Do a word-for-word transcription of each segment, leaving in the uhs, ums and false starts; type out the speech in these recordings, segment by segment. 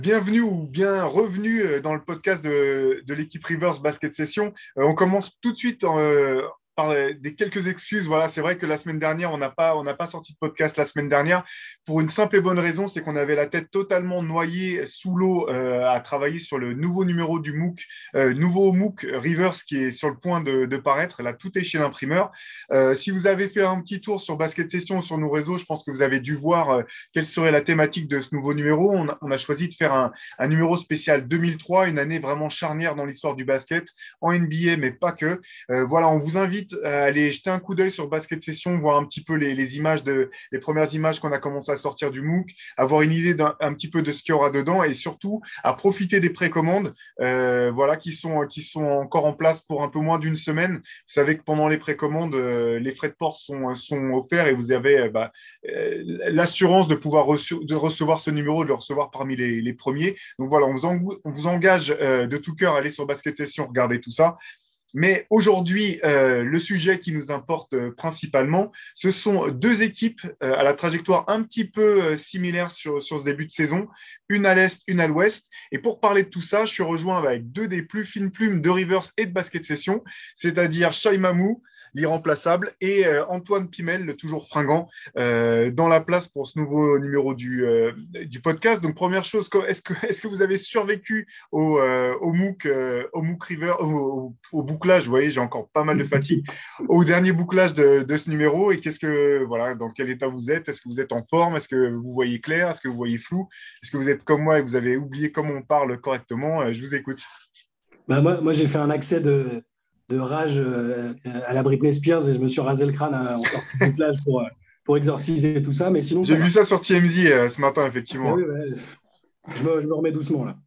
Bienvenue ou bien revenu euh, dans le podcast de, de l'équipe Rivers Basket Session. Euh, on commence tout de suite en, euh, par euh, des quelques excuses. Voilà, c'est vrai que la semaine dernière, on n'a pas, on n'a pas sorti de podcast la semaine dernière pour une simple et bonne raison, c'est qu'on avait la tête totalement noyée sous l'eau euh, à travailler sur le nouveau numéro du MOOC, euh, nouveau MOOC Rivers qui est sur le point de, de paraître. Là, tout est chez l'imprimeur. Euh, si vous avez fait un petit tour sur Basket Session ou sur nos réseaux, je pense que vous avez dû voir euh, quelle serait la thématique de ce nouveau numéro. On a, on a choisi de faire un, un numéro spécial deux mille trois, une année vraiment charnière dans l'histoire du basket, en N B A, mais pas que. Euh, voilà, on vous invite à aller jeter un coup d'œil sur Basket Session, voir un petit peu les, les images de, les premières images qu'on a commencé à sortir du MOOC, avoir une idée d'un un petit peu de ce qu'il y aura dedans et surtout à profiter des précommandes, euh, voilà, qui sont, qui sont encore en place pour un peu moins d'une semaine. Vous savez que pendant les précommandes, euh, les frais de port sont, sont offerts et vous avez euh, bah, euh, l'assurance de pouvoir reçu- de recevoir ce numéro, de le recevoir parmi les, les premiers. Donc voilà, on vous, en- on vous engage euh, de tout cœur à aller sur Basket Session, regarder tout ça. Mais aujourd'hui, euh, le sujet qui nous importe euh, principalement, ce sont deux équipes euh, à la trajectoire un petit peu euh, similaire sur, sur ce début de saison, une à l'Est, une à l'Ouest. Et pour parler de tout ça, je suis rejoint avec deux des plus fines plumes de Rivers et de Basket Session, c'est-à-dire Shai Mamou, l'irremplaçable, et euh, Antoine Pimel, le toujours fringant, euh, dans la place pour ce nouveau numéro du, euh, du podcast. Donc, première chose, est-ce que, est-ce que vous avez survécu au, euh, au MOOC, euh, au MOOC River, au, au, bouclage, vous voyez, j'ai encore pas mal de fatigue, au dernier bouclage de, de ce numéro, et qu'est-ce que, voilà, dans quel état vous êtes? Est-ce que vous êtes en forme? Est-ce que vous voyez clair? Est-ce que vous voyez flou? Est-ce que vous êtes comme moi et vous avez oublié comment on parle correctement? Je vous écoute. Bah moi, moi, j'ai fait un accès de, de rage euh, à la Britney Spears et je me suis rasé le crâne euh, en sortie de bouclage pour, euh, pour exorciser tout ça, mais sinon, J'ai ça vu va. ça sur T M Z euh, ce matin, Eh effectivement. oui, ouais, je me, je me remets doucement là.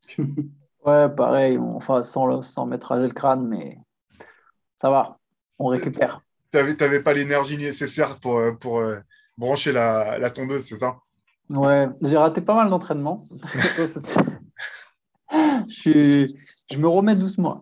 Ouais, pareil, on- enfin, sans, sans mettre raser le crâne, mais ça va, on récupère. Tu n'avais pas l'énergie nécessaire pour, euh, pour euh, brancher la, la tondeuse, c'est ça? Ouais, j'ai raté pas mal d'entraînement. je, suis- je me remets doucement.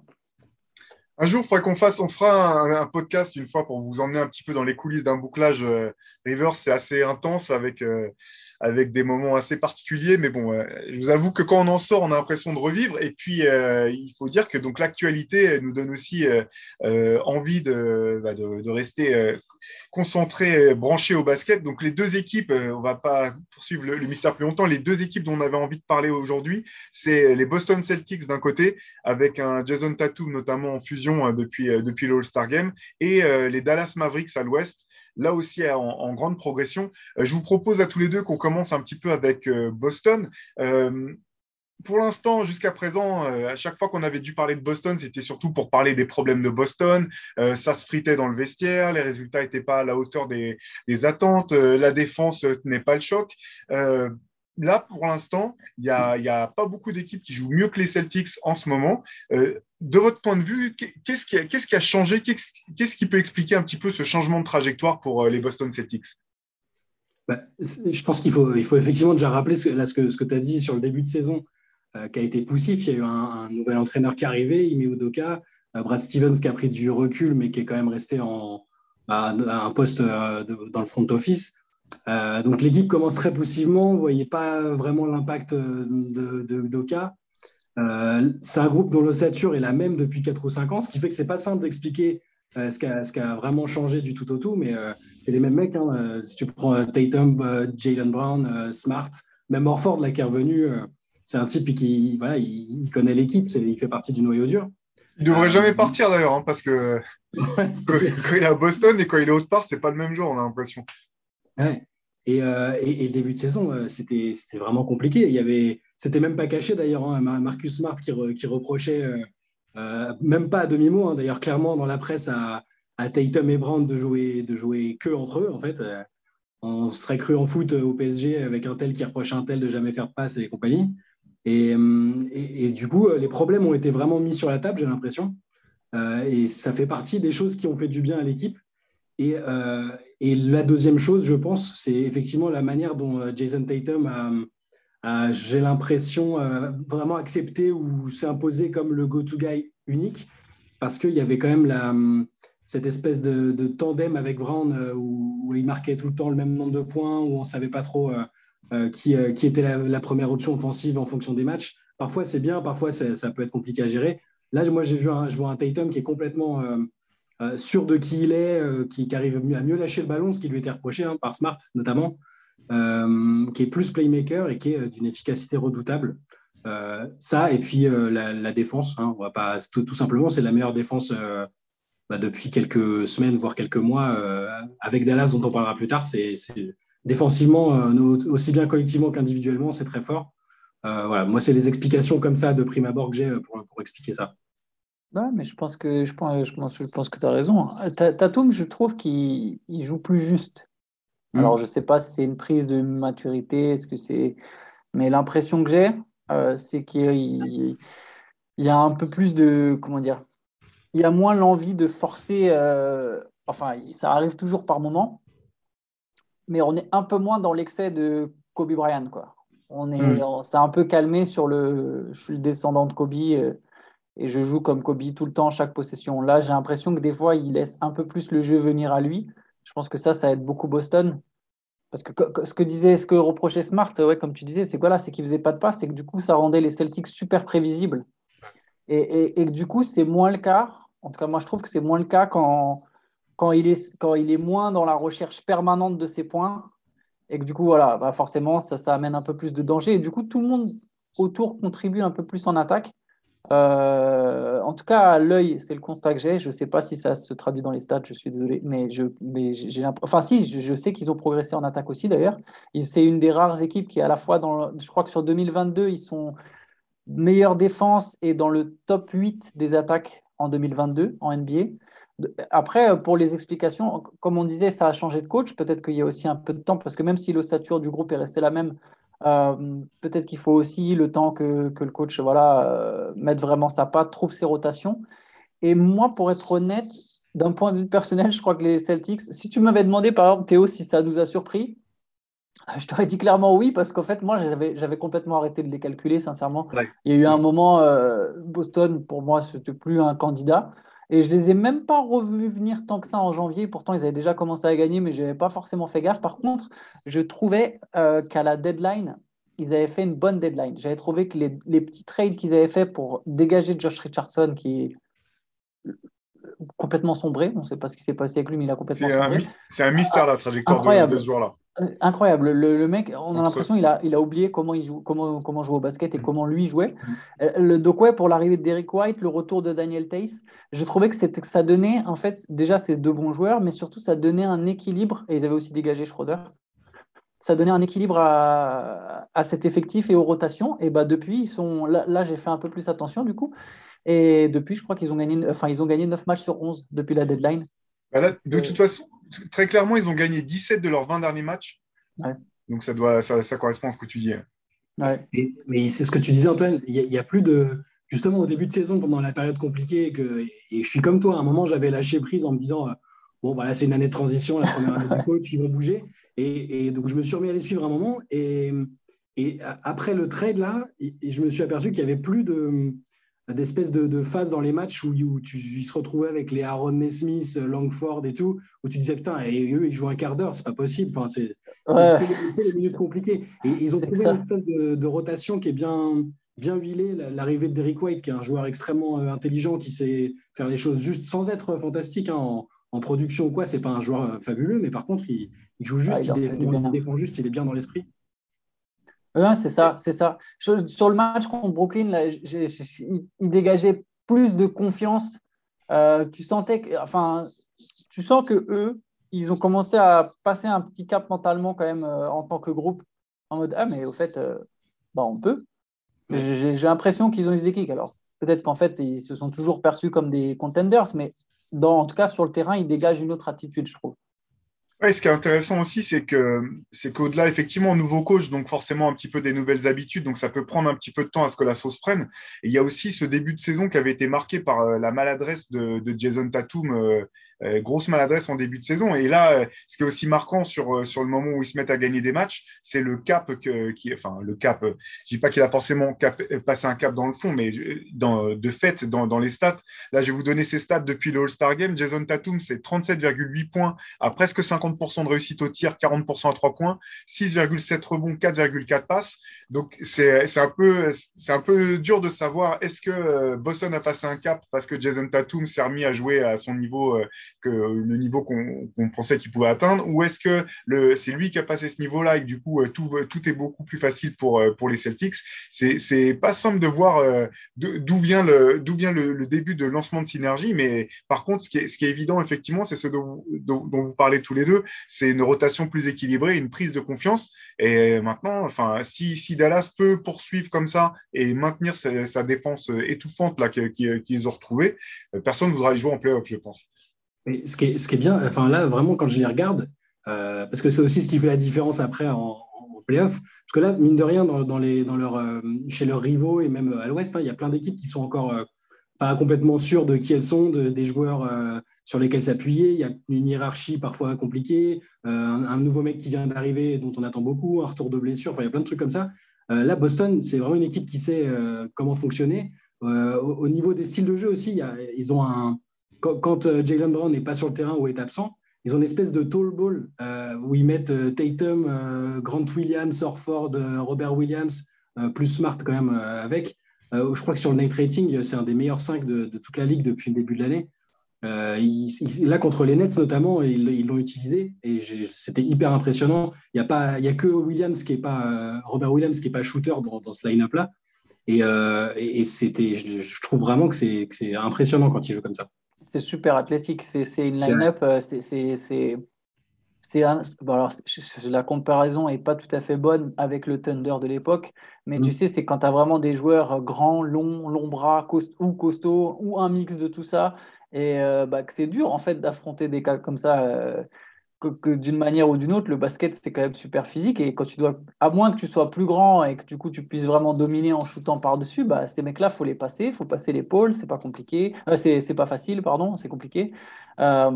Un jour, il faudrait qu'on fasse, on fera un, un podcast une fois pour vous emmener un petit peu dans les coulisses d'un bouclage. Euh, Rivers, c'est assez intense avec, euh, avec des moments assez particuliers. Mais bon, euh, je vous avoue que quand on en sort, on a l'impression de revivre. Et puis, euh, il faut dire que donc l'actualité nous donne aussi euh, euh, envie de, bah, de, de rester euh, concentré, branché au basket. Donc, les deux équipes, euh, on ne va pas poursuivre le, le mystère plus longtemps. Les deux équipes dont on avait envie de parler aujourd'hui, c'est les Boston Celtics d'un côté, avec un Jason Tatum notamment en fusion euh, depuis, euh, depuis le All-Star Game, et euh, les Dallas Mavericks à l'ouest, là aussi en, en grande progression. Euh, je vous propose à tous les deux qu'on commence un petit peu avec euh, Boston. Euh, pour l'instant, jusqu'à présent, euh, à chaque fois qu'on avait dû parler de Boston, c'était surtout pour parler des problèmes de Boston. Euh, ça se fritait dans le vestiaire, les résultats n'étaient pas à la hauteur des, des attentes, euh, la défense ne tenait pas le choc. Euh, Là, pour l'instant, il n'y a, y a pas beaucoup d'équipes qui jouent mieux que les Celtics en ce moment. Euh, de votre point de vue, qu'est-ce qui a, qu'est-ce qui a changé? Qu'est-ce, qu'est-ce qui peut expliquer un petit peu ce changement de trajectoire pour euh, les Boston Celtics? Bah, je pense qu'il faut, il faut effectivement déjà rappeler ce, là, ce que, ce que tu as dit sur le début de saison, euh, qui a été poussif. Il y a eu un, un nouvel entraîneur qui est arrivé, Ime Udoka, euh, Brad Stevens qui a pris du recul, mais qui est quand même resté en, à, à un poste euh, de- dans le front office. Euh, donc l'équipe commence très poussivement, vous ne voyez pas vraiment l'impact de, de, de Doka. Euh, c'est un groupe dont l'ossature est la même depuis quatre ou cinq ans, ce qui fait que c'est pas simple d'expliquer euh, ce, qui a, ce qui a vraiment changé du tout au tout, mais euh, c'est les mêmes mecs. Hein, euh, si tu prends euh, Tatum, euh, Jalen Brown, euh, Smart, même Horford là, qui est revenu, euh, c'est un type qui voilà, il, il connaît l'équipe, c'est, il fait partie du noyau dur. Il ne devrait Euh, jamais partir d'ailleurs, hein, parce que ouais, c'est quand, clair. quand il est à Boston et quand il est autre part, c'est pas le même jour, on a l'impression. Ouais. Et, euh, et, et le début de saison, euh, c'était, c'était vraiment compliqué. Il y avait, c'était même pas caché d'ailleurs, hein, Marcus Smart qui, re, qui reprochait, euh, euh, même pas à demi-mot, hein, d'ailleurs clairement dans la presse à, à Tatum et Brown de jouer, de jouer que entre eux. En fait, euh, on serait cru en foot au P S G avec un tel qui reproche un tel de jamais faire de passe et compagnie. Et, euh, et, et du coup, les problèmes ont été vraiment mis sur la table, j'ai l'impression. Euh, et ça fait partie des choses qui ont fait du bien à l'équipe. Et, euh, et la deuxième chose, je pense, c'est effectivement la manière dont euh, Jason Tatum a, a, j'ai l'impression, euh, vraiment accepté ou s'est imposé comme le go-to guy unique, parce qu'il y avait quand même la, cette espèce de, de tandem avec Brown euh, où, où il marquait tout le temps le même nombre de points, où on ne savait pas trop euh, euh, qui, euh, qui était la, la première option offensive en fonction des matchs. Parfois, c'est bien, parfois, ça peut être compliqué à gérer. Là, moi, j'ai vu un, je vois un Tatum qui est complètement euh, euh, sûr de qui il est, euh, qui, qui arrive à mieux lâcher le ballon, ce qui lui était reproché hein, par Smart notamment, euh, qui est plus playmaker et qui est d'une efficacité redoutable. Euh, ça, et puis euh, la, la défense, hein, on va pas, tout, tout simplement, c'est la meilleure défense euh, bah, depuis quelques semaines, voire quelques mois, euh, avec Dallas, dont on parlera plus tard. C'est, c'est défensivement, euh, aussi bien collectivement qu'individuellement, c'est très fort. Euh, voilà, moi, c'est les explications comme ça de prime abord que j'ai pour, pour expliquer ça. Ouais, mais je pense que je pense, je pense, je pense que tu as raison. Ta- Tatum, je trouve qu'il il joue plus juste. Alors, Mm. je sais pas si c'est une prise de maturité, est-ce que c'est. Mais l'impression que j'ai, euh, c'est qu'il il y a un peu plus de. Comment dire? Il y a moins l'envie de forcer. euh, Enfin, ça arrive toujours par moment, mais on est un peu moins dans l'excès de Kobe Bryant, quoi. On est, Mm. on s'est un peu calmé sur le. Je suis le descendant de Kobe. euh, et je joue comme Kobe tout le temps, chaque possession. Là, j'ai l'impression que des fois, il laisse un peu plus le jeu venir à lui. Je pense que ça, ça aide beaucoup Boston. Parce que co- ce que disait, ce que reprochait Smart, ouais, comme tu disais, c'est quoi là? C'est qu'il faisait pas de passe, c'est que du coup, ça rendait les Celtics super prévisibles. Et, et, et que du coup, c'est moins le cas. En tout cas, moi, je trouve que c'est moins le cas quand, quand il est, quand il est moins dans la recherche permanente de ses points. Et que du coup, voilà, bah forcément, ça, ça amène un peu plus de danger. Et du coup, tout le monde autour contribue un peu plus en attaque. Euh, en tout cas, à l'œil, c'est le constat que j'ai. Je ne sais pas si ça se traduit dans les stats, je suis désolé, mais je, mais j'ai l'impression. Enfin, si, je, je sais qu'ils ont progressé en attaque aussi d'ailleurs. Et c'est une des rares équipes qui est à la fois dans. le- Je crois que sur deux mille vingt-deux, ils sont meilleure défense et dans le top huit des attaques en deux mille vingt-deux en N B A. De- Après, pour les explications, comme on disait, ça a changé de coach. Peut-être qu'il y a aussi un peu de temps, parce que même si l'ossature du groupe est restée la même, euh, peut-être qu'il faut aussi le temps que, que le coach voilà, euh, mette vraiment sa patte, trouve ses rotations. Et moi, pour être honnête, d'un point de vue personnel, je crois que les Celtics, si tu m'avais demandé, par exemple, Théo, si ça nous a surpris, je t'aurais dit clairement oui, parce qu'en fait, moi, j'avais, j'avais complètement arrêté de les calculer, sincèrement. Ouais. Il y a eu un Ouais. moment, euh, Boston, pour moi, ce n'était plus un candidat. Et je les ai même pas revus venir tant que ça en janvier. Pourtant, ils avaient déjà commencé à gagner, mais je n'avais pas forcément fait gaffe. Par contre, je trouvais euh, qu'à la deadline, ils avaient fait une bonne deadline. J'avais trouvé que les, les petits trades qu'ils avaient fait pour dégager Josh Richardson, qui est complètement sombré, on ne sait pas ce qui s'est passé avec lui, mais il a complètement C'est un, sombré. my- c'est un mystère, la trajectoire de, de ce Incroyable. joueur-là. Euh, Incroyable. Le, le mec, on a Entre... l'impression qu'il a, il a oublié comment il joue, comment, comment jouer au basket et Mm. comment lui jouait. Mm. Euh, Le, donc ouais, pour l'arrivée de Derrick White, le retour de Daniel Theis, je trouvais que, c'était- que ça donnait, en fait, déjà ces deux bons joueurs, mais surtout ça donnait un équilibre, et ils avaient aussi dégagé Schroeder, ça donnait un équilibre à, à cet effectif et aux rotations. Et bah depuis, ils sont, là, là, j'ai fait un peu plus attention du coup. Et depuis, je crois qu'ils ont gagné, enfin, ils ont gagné neuf matchs sur onze depuis la deadline. Bah là, de Et- toute façon, très clairement, ils ont gagné dix-sept de leurs vingt derniers matchs. ouais, Donc ça, doit, ça, ça correspond à ce que tu dis. ouais. Et- mais c'est ce que tu disais, Antoine. Il y, a il y a plus de. Justement, au début de saison, pendant la période compliquée, que, et je suis comme toi, à un moment, j'avais lâché prise en me disant euh, bon, bah là, c'est une année de transition, la première année du coach, ils vont bouger. Et, et donc, je me suis remis à les suivre un moment. Et, et après le trade, là, et, et je me suis aperçu qu'il n'y avait plus de d'espèces de, de phases dans les matchs où, où tu, ils se retrouvaient avec les Aaron Nesmith, Langford et tout, où tu disais putain, et eux, ils jouent un quart d'heure, c'est pas possible. Enfin, c'est c'est Ouais, tu sais, les tu sais, les minutes c'est compliquées. Et ils ont c'est que trouvé une ça. espèce de, de rotation qui est bien, bien huilée. L'arrivée de Derrick White, qui est un joueur extrêmement euh, intelligent, qui sait faire les choses juste sans être fantastique hein, en, en production ou quoi. C'est pas un joueur euh, fabuleux, mais par contre, il, il joue Ah, juste, il il leur fait du défend, il bien. défend juste, il est bien dans l'esprit. Ouais, c'est ça, c'est ça. Je- sur le match contre Brooklyn, là, j'ai- j'ai- il il dégageait plus de confiance. Euh, tu sentais que, enfin, tu sens que eux, ils ont commencé à passer un petit cap mentalement quand même euh, en tant que groupe, en mode ah mais au fait, euh, bah, on peut. Ouais. J'ai j'ai l'impression qu'ils ont eu des kicks. Alors peut-être qu'en fait ils se sont toujours perçus comme des contenders, mais dans, en tout cas sur le terrain, ils dégagent une autre attitude, je trouve. Ouais, ce qui est intéressant aussi, c'est que c'est qu'au-delà, effectivement, nouveau coach, donc forcément un petit peu des nouvelles habitudes, donc ça peut prendre un petit peu de temps à ce que la sauce prenne. Et il y a aussi ce début de saison qui avait été marqué par euh, la maladresse de, de Jason Tatum euh, euh, grosse maladresse en début de saison. Et là, euh, ce qui est aussi marquant sur, euh, sur le moment où ils se mettent à gagner des matchs, c'est le cap que, qui, enfin, le cap, euh, je dis pas qu'il a forcément cap, passé un cap dans le fond, mais dans, de fait, dans, dans les stats. Là, je vais vous donner ses stats depuis le All-Star Game. Jason Tatum, c'est trente-sept virgule huit points à presque cinquante pour cent de réussite au tir, quarante pour cent à trois points, six virgule sept rebonds, quatre virgule quatre passes. Donc, c'est, c'est, un peu, c'est un peu dur de savoir est-ce que Boston a passé un cap parce que Jason Tatum s'est remis à jouer à son niveau, euh, que, le niveau qu'on, qu'on pensait qu'il pouvait atteindre, ou est-ce que le, c'est lui qui a passé ce niveau-là et que du coup, euh, tout, tout est beaucoup plus facile pour, euh, pour les Celtics. C'est, c'est pas simple de voir euh, d'où vient, le, d'où vient le, le début de lancement de synergie, mais par contre, ce qui est, ce qui est évident, effectivement, c'est ce dont vous, dont, dont vous parlez tous les deux, c'est une rotation plus équilibrée, une prise de confiance. Et maintenant, enfin, si, si Dallas peut poursuivre comme ça et maintenir sa, sa défense étouffante là, qu'ils, qu'ils ont retrouvée, personne ne voudra y jouer en playoff, je pense. Et ce, qui est, ce qui est bien, enfin là, vraiment, quand je les regarde, euh, parce que c'est aussi ce qui fait la différence après en, en playoff, parce que là, mine de rien, dans, dans les, dans leur, euh, chez leurs rivaux et même à l'Ouest, hein, il y a plein d'équipes qui sont encore euh, pas complètement sûres de qui elles sont, de, des joueurs euh, sur lesquels s'appuyer. Il y a une hiérarchie parfois compliquée, euh, un, un nouveau mec qui vient d'arriver dont on attend beaucoup, un retour de blessure, enfin, il y a plein de trucs comme ça. Euh, là, Boston, c'est vraiment une équipe qui sait euh, comment fonctionner. Euh, au, au niveau des styles de jeu aussi, il y a, ils ont un quand, quand euh, Jaylen Brown n'est pas sur le terrain ou est absent, ils ont une espèce de tall ball euh, où ils mettent euh, Tatum, euh, Grant Williams, Horford, euh, Robert Williams, euh, plus Smart quand même euh, avec. Euh, je crois que sur le net rating, c'est un des meilleurs cinq de, de toute la ligue depuis le début de l'année. Euh, ils, ils, là, contre les Nets notamment, ils, ils l'ont utilisé et c'était hyper impressionnant. Il n'y a, pas, il y a que Williams qui est pas, euh, Robert Williams qui n'est pas shooter dans, dans ce line-up-là. Et, euh, et, et c'était, je, je trouve vraiment que c'est, que c'est impressionnant quand il joue comme ça. C'est super athlétique. C'est, c'est une line-up. C'est, c'est, c'est, c'est un- bon, alors, je- la comparaison n'est pas tout à fait bonne avec le Thunder de l'époque, mais tu Mm. sais, c'est quand tu as vraiment des joueurs grands, longs, longs bras, cost- ou costauds, ou un mix de tout ça, et euh, bah, que c'est dur en fait d'affronter des cas comme ça. euh, que, que d'une manière ou d'une autre, le basket, c'est quand même super physique. Et quand tu dois, à moins que tu sois plus grand et que du coup tu puisses vraiment dominer en shootant par-dessus, bah, ces mecs-là, faut les passer, faut passer l'épaule, c'est pas compliqué. Euh, c'est, c'est pas facile, pardon, c'est compliqué. Euh,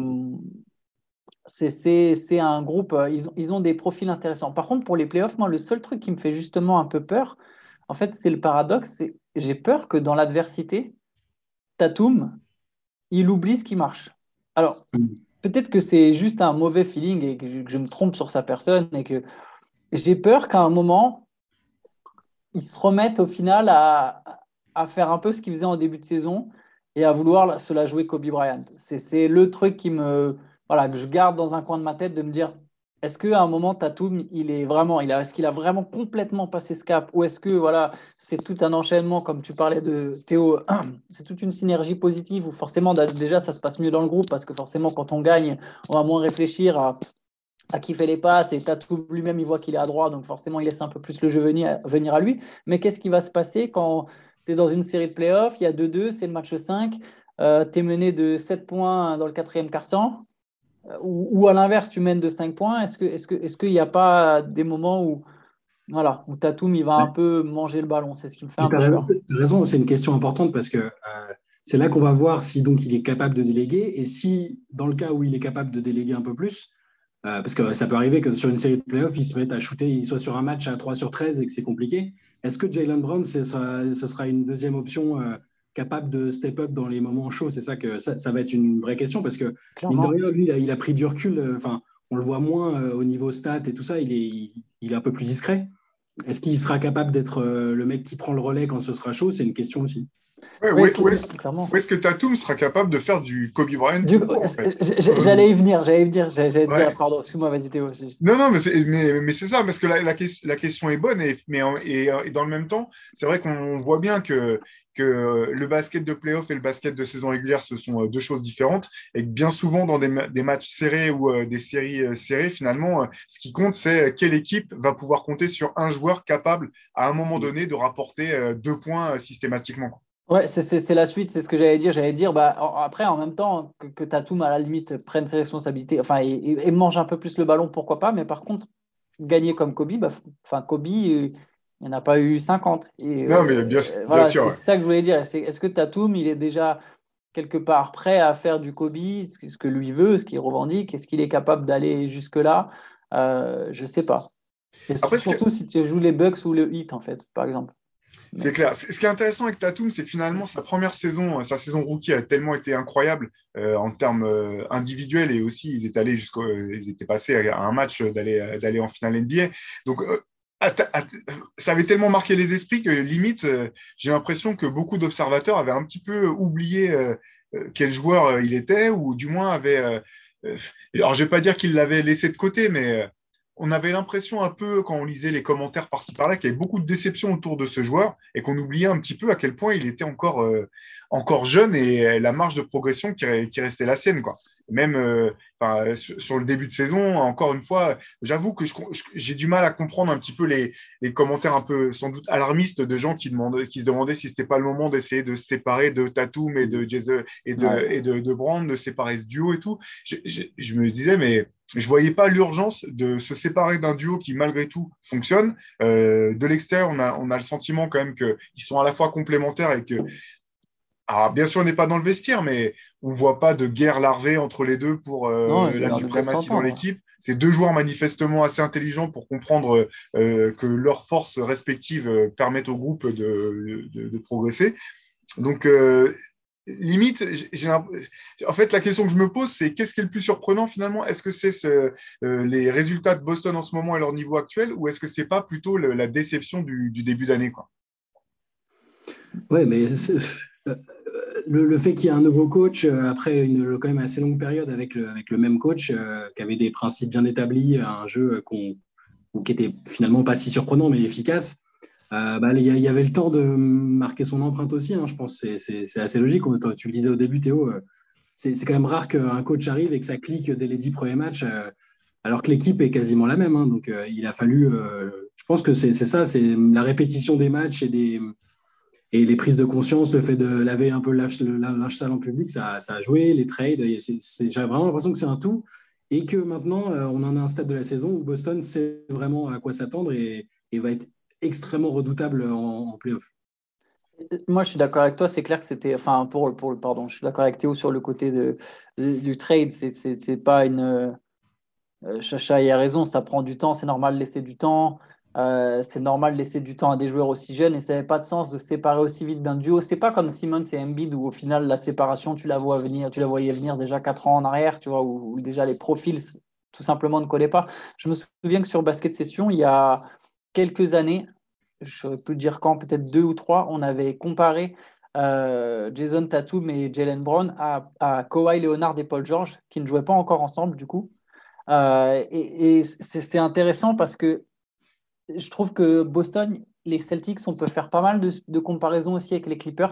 c'est, c'est, c'est un groupe, euh, ils ont, ils ont des profils intéressants. Par contre, pour les playoffs, moi, le seul truc qui me fait justement un peu peur, en fait, c'est le paradoxe, c'est j'ai peur que dans l'adversité, Tatum, il oublie ce qui marche. Alors, peut-être que c'est juste un mauvais feeling et que je, que je me trompe sur sa personne et que j'ai peur qu'à un moment, il se remette au final à, à faire un peu ce qu'il faisait en début de saison et à vouloir se la jouer Kobe Bryant. C'est, c'est le truc qui me, voilà, que je garde dans un coin de ma tête de me dire, est-ce qu'à un moment, Tatum, il est vraiment, il a, est-ce qu'il a vraiment complètement passé ce cap ou est-ce que voilà, c'est tout un enchaînement, comme tu parlais de Théo, c'est toute une synergie positive où forcément, déjà, ça se passe mieux dans le groupe parce que forcément, quand on gagne, on va moins réfléchir à à qui fait les passes et Tatum lui-même, il voit qu'il est à droite, donc forcément, il laisse un peu plus le jeu venir, venir à lui. Mais qu'est-ce qui va se passer quand tu es dans une série de playoffs, il y a deux deux, c'est le match cinq, euh, tu es mené de sept points dans le quatrième quart-temps, euh, ou, ou à l'inverse, tu mènes de cinq points. Est-ce que, est-ce que, est-ce qu'il n'y a pas des moments où, voilà, où Tatum, il va un Ouais. peu manger le ballon? C'est ce qui me fait Tu un peu as raison, peur. t'as raison, c'est une question importante parce que euh, c'est là qu'on va voir si donc il est capable de déléguer et si, dans le cas où il est capable de déléguer un peu plus, euh, parce que ça peut arriver que sur une série de playoffs, il se mette à shooter, il soit sur un match à trois sur treize et que c'est compliqué. Est-ce que Jaylen Brown, c'est, ça, ce sera une deuxième option euh, capable de step up dans les moments chauds? C'est ça que ça, ça va être une vraie question parce que, mine de Clairement. rien, lui, il a, il a pris du recul. Enfin, euh, on le voit moins euh, au niveau stats et tout ça, il est, il, il est un peu plus discret. Est-ce qu'il sera capable d'être euh, le mec qui prend le relais quand ce sera chaud? C'est une question aussi. Ouais, où, Oui, est, où, est, clairement. où est-ce que Tatum sera capable de faire du Kobe Bryant Du, tout court, en fait? euh, j'allais y venir, j'allais y venir, j'allais te Ouais. dire, pardon, excuse-moi, vas-y Théo. Non, non, mais c'est, mais, mais c'est ça, parce que la, la, la question est bonne, et, mais, et, et dans le même temps, c'est vrai qu'on voit bien que, que le basket de playoff et le basket de saison régulière, ce sont deux choses différentes, et que bien souvent, dans des, des matchs serrés ou euh, des séries euh, serrées, finalement, euh, ce qui compte, c'est quelle équipe va pouvoir compter sur un joueur capable, à un moment donné, de rapporter euh, deux points euh, systématiquement. Ouais, c'est c'est- c'est la suite, c'est ce que j'allais dire. J'allais dire, bah, en- après, en même temps, que, que Tatum, à la limite, prenne ses responsabilités, enfin, et, et- et mange un peu plus le ballon, pourquoi pas, mais par contre, gagner comme Kobe, bah, f- enfin, Kobe, euh, il n'y en a pas eu cinquante. Et Non, mais bien, euh, bien voilà, sûr, c'est ouais. c'est ça que je voulais dire. C'est- Est-ce que Tatum, il est déjà quelque part prêt à faire du Kobe, ce que lui veut, ce qu'il revendique, est-ce qu'il est capable d'aller jusque-là? euh, Je ne sais pas. Et Après, ce que- surtout si tu joues les Bucks ou le Heat, en fait, par exemple. c'est clair. Ce qui est intéressant avec Tatum, c'est que finalement, sa première saison, sa saison rookie a tellement été incroyable euh, en termes euh, individuels et aussi, ils étaient allés jusqu'au, euh, ils étaient passés à un match d'aller, d'aller en finale N B A. Donc, euh, à ta- à- ça avait tellement marqué les esprits que limite, euh, j'ai l'impression que beaucoup d'observateurs avaient un petit peu oublié euh, euh, quel joueur euh, il était ou du moins avaient. Euh, euh, alors, je vais pas dire qu'il l'avait laissé de côté, mais euh, on avait l'impression un peu, quand on lisait les commentaires par-ci par-là, qu'il y avait beaucoup de déception autour de ce joueur et qu'on oubliait un petit peu à quel point il était encore, euh, encore jeune et la marge de progression qui, qui restait la sienne, quoi. Même euh, enfin, sur, sur le début de saison, encore une fois, j'avoue que je- je- j'ai du mal à comprendre un petit peu les, les commentaires un peu sans doute alarmistes de gens qui, demandent, qui se demandaient si c'était pas le moment d'essayer de se séparer de Tatum et de Jason et de, Ouais. et de, de Brand, de séparer ce duo et tout. Je, je, je me disais, mais je voyais pas l'urgence de se séparer d'un duo qui, malgré tout, fonctionne. Euh, de l'extérieur, on a, on a le sentiment quand même qu'ils sont à la fois complémentaires et que, alors bien sûr, on n'est pas dans le vestiaire, mais on ne voit pas de guerre larvée entre les deux pour Non, euh, j'ai la l'air de bien suprématie dans s'entendre. l'équipe. C'est deux joueurs manifestement assez intelligents pour comprendre euh, que leurs forces respectives euh, permettent au groupe de, de, de progresser. Donc, euh, limite, j'ai, en fait, la question que je me pose, c'est qu'est-ce qui est le plus surprenant finalement? Est-ce que c'est ce, euh, les résultats de Boston en ce moment et leur niveau actuel, ou est-ce que c'est pas plutôt le, la déception du, du début d'année, quoi? Ouais, mais euh, le, le fait qu'il y ait un nouveau coach, euh, après une quand même assez longue période avec le, avec le même coach, euh, qui avait des principes bien établis, un jeu qu'on, ou qui était finalement pas si surprenant, mais efficace, euh, bah, il y, a- il y avait le temps de marquer son empreinte aussi, hein, je pense. C'est c'est- c'est assez logique. Toi, tu le disais au début, Théo, euh, c'est c'est quand même rare qu'un coach arrive et que ça clique dès les dix premiers matchs, euh, alors que l'équipe est quasiment la même, hein. Donc, euh, il a fallu. Euh, je pense que c'est c'est ça, c'est la répétition des matchs et, des, et les prises de conscience, le fait de laver un peu le linge, le linge sale en public, ça, ça a joué, les trades. et c'est- c'est- J'ai vraiment l'impression que c'est un tout. Et que maintenant, euh, on en a un stade de la saison où Boston sait vraiment à quoi s'attendre et, et va être extrêmement redoutable en, en playoff. Moi, je suis d'accord avec toi. C'est clair que c'était. Enfin, pour, pour le. Pardon, je suis d'accord avec Théo sur le côté de, de- du trade. C'est c'est- c'est pas une. Euh, Chacha il a raison, ça prend du temps. C'est normal de laisser du temps. Euh, c'est normal de laisser du temps à des joueurs aussi jeunes et ça n'avait pas de sens de se séparer aussi vite d'un duo. C'est pas comme Simmons et Embiid où au final la séparation, tu la vois venir, tu la voyais venir déjà quatre ans en arrière, tu vois, où, où déjà les profils tout simplement ne collaient pas. Je me souviens que sur Basket Session, il y a quelques années, je ne saurais plus dire quand, peut-être deux ou trois, on avait comparé euh, Jason Tatum et Jalen Brown à, à Kawhi Leonard et Paul George, qui ne jouaient pas encore ensemble du coup. Euh, et et c'est c'est intéressant parce que je trouve que Boston, les Celtics, on peut faire pas mal de, de comparaisons aussi avec les Clippers.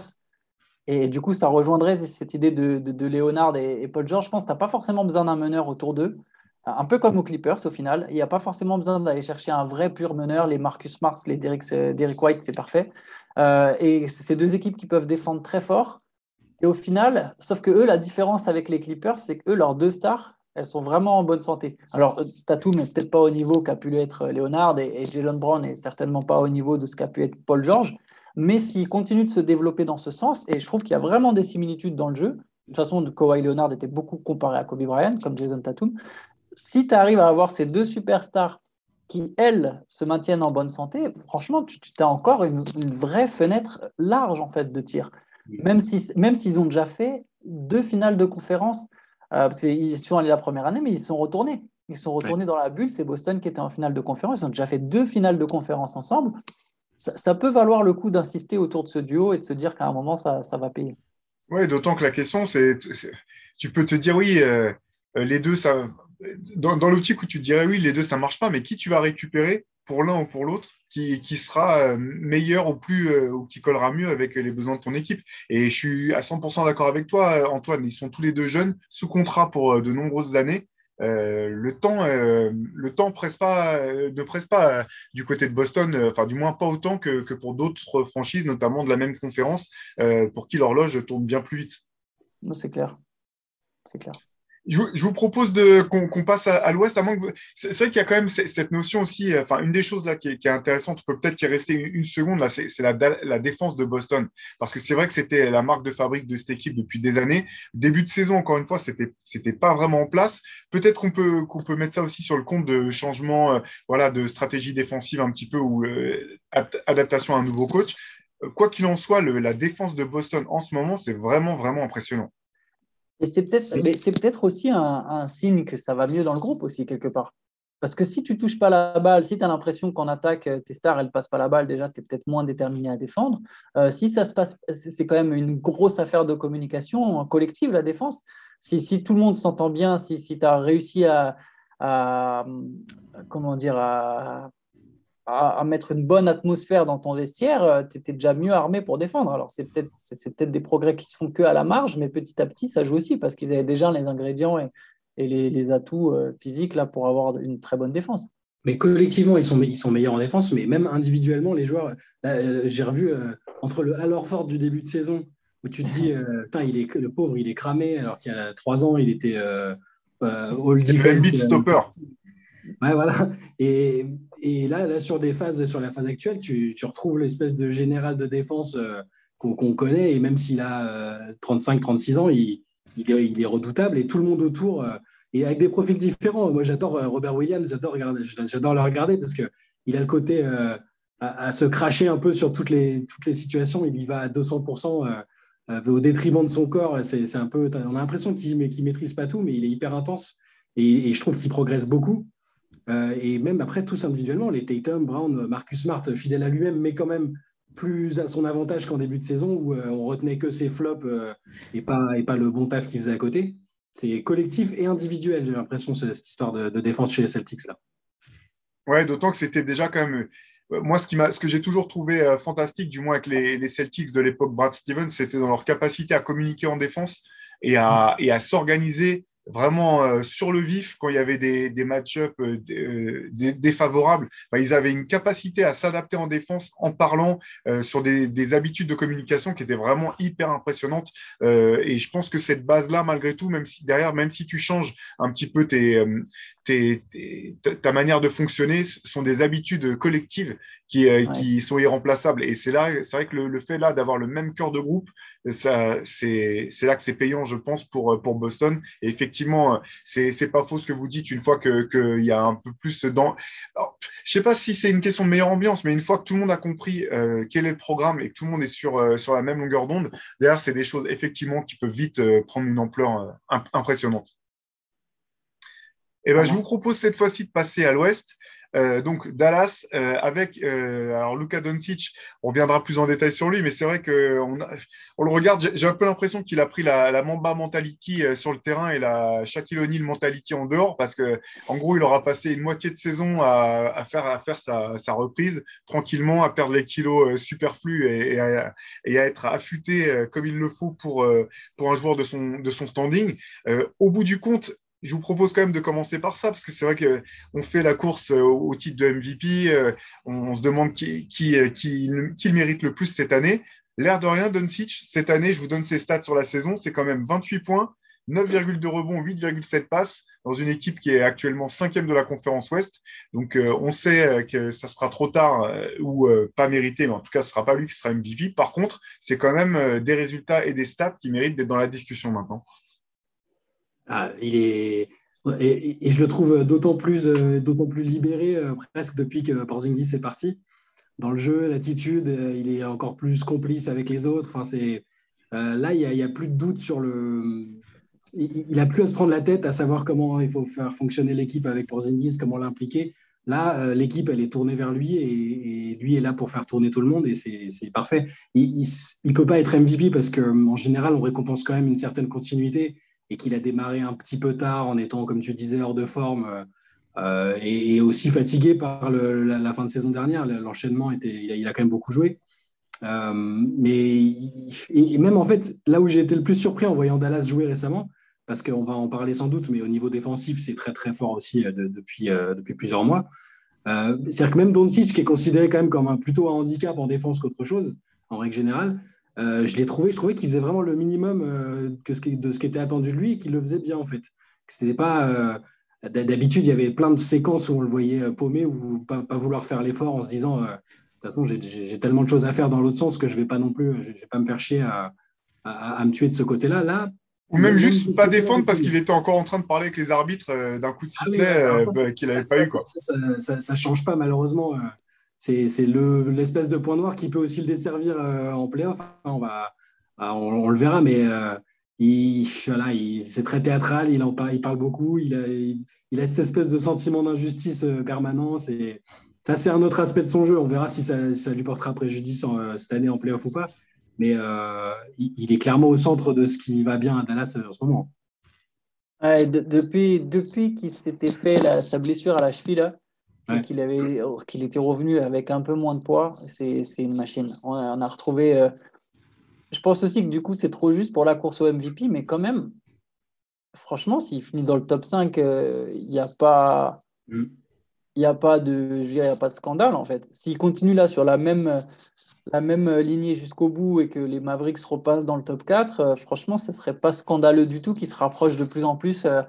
Et du coup, ça rejoindrait cette idée de, de, de Leonard et, et Paul George. Je pense que tu n'as pas forcément besoin d'un meneur autour d'eux. Un peu comme aux Clippers au final. Il n'y a pas forcément besoin d'aller chercher un vrai pur meneur. Les Marcus Smart, les Derrick, Derrick White, c'est parfait. Euh, et c'est deux équipes qui peuvent défendre très fort. Et au final, sauf que eux, la différence avec les Clippers, c'est que eux, leurs deux stars, elles sont vraiment en bonne santé. Alors, euh, Tatum n'est peut-être pas au niveau qu'a pu être Leonard et, et Jalen Brown n'est certainement pas au niveau de ce qu'a pu être Paul George. Mais s'ils continuent de se développer dans ce sens, et je trouve qu'il y a vraiment des similitudes dans le jeu, de toute façon, Kawhi Leonard était beaucoup comparé à Kobe Bryant, comme Jason Tatum. Si tu arrives à avoir ces deux superstars qui, elles, se maintiennent en bonne santé, franchement, tu, tu as encore une, une vraie fenêtre large en fait de tir. Même si, même s'ils ont déjà fait deux finales de conférence, euh, parce qu'ils sont allés la première année, mais ils sont retournés. Ils sont Ouais. retournés dans la bulle. C'est Boston qui était en finale de conférence. Ils ont déjà fait deux finales de conférence ensemble. Ça, ça peut valoir le coup d'insister autour de ce duo et de se dire qu'à un moment, ça, ça va payer. Ouais, d'autant que la question, c'est, c'est- tu peux te dire oui, euh, euh, les deux, ça, dans, dans l'optique où tu te dirais oui, les deux, ça marche pas, mais qui tu vas récupérer pour l'un ou pour l'autre, qui, qui sera euh, meilleur ou plus, euh, ou qui collera mieux avec les besoins de ton équipe. Et je suis à cent pour cent d'accord avec toi, euh, Antoine. Ils sont tous les deux jeunes, sous contrat pour euh, de nombreuses années. Euh, le temps, euh, le temps presse pas, euh, ne presse pas euh, du côté de Boston, euh, enfin du moins pas autant que, que pour d'autres franchises, notamment de la même conférence, euh, pour qui l'horloge tourne bien plus vite. Non, c'est clair. C'est clair. Je vous, je vous propose de, qu'on, qu'on passe à, à l'Ouest, à moins que vous... C'est, c'est vrai qu'il y a quand même cette, cette notion aussi, euh, enfin, une des choses là qui est, qui est intéressante, on peut peut-être y rester une, une seconde, là, c'est, c'est la, la défense de Boston. Parce que c'est vrai que c'était la marque de fabrique de cette équipe depuis des années. Début de saison, encore une fois, c'était, c'était pas vraiment en place. Peut-être qu'on peut, qu'on peut mettre ça aussi sur le compte de changement, euh, voilà, de stratégie défensive un petit peu ou euh, adaptation à un nouveau coach. Euh, Quoi qu'il en soit, le, la défense de Boston en ce moment, c'est vraiment, vraiment impressionnant. Et c'est peut-être, mais c'est peut-être aussi un, un signe que ça va mieux dans le groupe aussi, quelque part. Parce que si tu ne touches pas la balle, si tu as l'impression qu'en attaque, tes stars, elles ne passent pas la balle, déjà, tu es peut-être moins déterminé à défendre. Euh, si ça se passe, c'est quand même une grosse affaire de communication collective, la défense. Si, si tout le monde s'entend bien, si, si tu as réussi à, à, comment dire, à, à, à mettre une bonne atmosphère dans ton vestiaire, tu étais déjà mieux armé pour défendre. Alors, c'est peut-être, c'est, c'est peut-être des progrès qui se font que à la marge, mais petit à petit, ça joue aussi parce qu'ils avaient déjà les ingrédients et, et les, les atouts euh, physiques là, pour avoir une très bonne défense. Mais collectivement, ils sont, ils sont meilleurs en défense, mais même individuellement, les joueurs, là, euh, j'ai revu euh, entre le Al Horford du début de saison, où tu te dis, euh, il est, le pauvre, il est cramé, alors qu'il y a trois ans, il était euh, euh, all C'est le defense. beat stopper. Ouais, voilà. Et, et là, là, sur des phases, sur la phase actuelle, tu, tu retrouves l'espèce de général de défense euh, qu'on, qu'on connaît. Et même s'il a euh, trente-cinq, trente-six ans, il, il, est, il est redoutable. Et tout le monde autour, euh, et avec des profils différents. Moi, j'adore euh, Robert Williams, j'adore, regarder, j'adore le regarder parce qu'il a le côté euh, à, à se cracher un peu sur toutes les, toutes les situations. Il y va à deux cents pour cent euh, euh, au détriment de son corps. C'est, c'est un peu, on a l'impression qu'il ne maîtrise pas tout, mais il est hyper intense. Et, et je trouve qu'il progresse beaucoup. Euh, et même après, tous individuellement, les Tatum, Brown, Marcus Smart, fidèle à lui-même, mais quand même plus à son avantage qu'en début de saison où euh, on retenait que ses flops euh, et, pas, et pas le bon taf qu'il faisait à côté. C'est collectif et individuel, j'ai l'impression, cette histoire de, de défense chez les Celtics là. Ouais, d'autant que c'était déjà quand même. euh, Moi, ce, qui m'a, ce que j'ai toujours trouvé euh, fantastique, du moins avec les, les Celtics de l'époque Brad Stevens, c'était dans leur capacité à communiquer en défense et à, et à s'organiser vraiment euh, sur le vif quand il y avait des, des match-ups euh, dé- euh, dé- défavorables. Bah, ils avaient une capacité à s'adapter en défense en parlant euh, sur des, des habitudes de communication qui étaient vraiment hyper impressionnantes. Euh, et je pense que cette base-là, malgré tout, même si derrière, même si tu changes un petit peu tes, euh, tes- tes- ta ta manière de fonctionner, ce sont des habitudes collectives qui, euh, Ouais. qui sont irremplaçables. Et c'est là, c'est vrai que le, le fait là d'avoir le même cœur de groupe, ça, c'est, c'est là que c'est payant, je pense, pour, pour Boston. Et effectivement, c'est, c'est pas faux ce que vous dites. Une fois que, qu'il y a un peu plus dans, alors, je sais pas si c'est une question de meilleure ambiance, mais une fois que tout le monde a compris euh, quel est le programme et que tout le monde est sur, euh, sur la même longueur d'onde, d'ailleurs, c'est des choses effectivement qui peuvent vite euh, prendre une ampleur euh, imp- impressionnante. Eh ben, je vous propose cette fois-ci de passer à l'ouest. Euh, donc Dallas euh, avec euh, alors Luka Doncic, on reviendra plus en détail sur lui, mais c'est vrai que on, a- on le regarde, j'ai j'ai un peu l'impression qu'il a pris la, la Mamba mentality euh, sur le terrain et la Shaquille O'Neal mentality en dehors, parce que en gros il aura passé une moitié de saison à, à faire à faire sa, sa reprise tranquillement, à perdre les kilos euh, superflus et, et, à, et à être affûté euh, comme il le faut pour euh, pour un joueur de son de son standing. Euh, au bout du compte, je vous propose quand même de commencer par ça, parce que c'est vrai qu'on fait la course euh, au titre de M V P, euh, on, se demande qui, qui, euh, qui, qui le mérite le plus cette année. L'air de rien, Doncic, cette année, je vous donne ses stats sur la saison, c'est quand même vingt-huit points, neuf virgule deux rebonds, huit virgule sept passes, dans une équipe qui est actuellement cinquième de la conférence Ouest. Donc, euh, on sait euh, que ça sera trop tard euh, ou euh, pas mérité, mais en tout cas, ce ne sera pas lui qui sera M V P. Par contre, c'est quand même euh, des résultats et des stats qui méritent d'être dans la discussion maintenant. Ah, il est et, et je le trouve d'autant plus, euh, d'autant plus libéré euh, presque depuis que Porzingis est parti. Dans le jeu, l'attitude, euh, il est encore plus complice avec les autres. Enfin, c'est, euh, là, il n'y a, il y a plus de doute sur le. Il il a plus à se prendre la tête à savoir comment il faut faire fonctionner l'équipe avec Porzingis, comment l'impliquer. Là, euh, l'équipe, elle est tournée vers lui et, et lui est là pour faire tourner tout le monde et c'est c'est parfait. Il ne peut pas être M V P parce qu'en général, on récompense quand même une certaine continuité et qu'il a démarré un petit peu tard en étant, comme tu disais, hors de forme. Euh, euh, et, et aussi fatigué par le, la, la fin de saison dernière. L'enchaînement était, il a, il a quand même beaucoup joué. Euh, mais et, et même en fait, là où j'ai été le plus surpris en voyant Dallas jouer récemment, parce qu'on va en parler sans doute, mais au niveau défensif, c'est très très fort aussi euh, de, depuis, euh, depuis plusieurs mois. Euh, c'est-à-dire que même Doncic, qui est considéré quand même comme un, plutôt un handicap en défense qu'autre chose, en règle générale, euh, je l'ai trouvé, je trouvais qu'il faisait vraiment le minimum euh, que ce qui, de ce qui était attendu de lui et qu'il le faisait bien en fait. C'était pas. Euh, d'habitude, il y avait plein de séquences où on le voyait paumé ou pas, pas vouloir faire l'effort en se disant. Euh, de toute façon, j'ai, j'ai tellement de choses à faire dans l'autre sens que je ne vais pas non plus, je ne vais pas me faire chier à, à, à me tuer de ce côté-là. Là, Ou même même de juste ce pas côté-là, j'ai défendre parce trouvé. qu'il était encore en train de parler avec les arbitres euh, d'un coup de Ah oui, sifflet bah, alors euh, ça, bah, qu'il ça, n'avait pas ça, eu, ça, quoi. ça, ça, ça change pas malheureusement. euh, C'est, c'est le, l'espèce de point noir qui peut aussi le desservir euh, en playoff. Hein. On va, ah, on, on le verra, mais euh, il, voilà, il, c'est très théâtral. Il en parle, il parle beaucoup. Il a, il, il a cette espèce de sentiment d'injustice euh, permanent. C'est, ça, c'est un autre aspect de son jeu. On verra si ça, si ça lui portera préjudice en, euh, cette année en playoff ou pas. Mais euh, il, il est clairement au centre de ce qui va bien à Dallas euh, en ce moment. Ouais, de- depuis depuis qu'il s'était fait la- sa blessure à la cheville, là, et Ouais. qu'il avait, qu'il était revenu avec un peu moins de poids, c'est, c'est une machine. On a, on a retrouvé. euh, je pense aussi que du coup, c'est trop juste pour la course au M V P, mais quand même, franchement, s'il finit dans le top cinq, euh, il n'y a pas. Mm. Il n'y a pas de, je veux dire, il y a pas de scandale en fait. S'il continue là sur la même, la même lignée jusqu'au bout et que les Mavericks repassent dans le top quatre, euh, franchement, ce ne serait pas scandaleux du tout qu'ils se rapprochent de plus en plus. euh,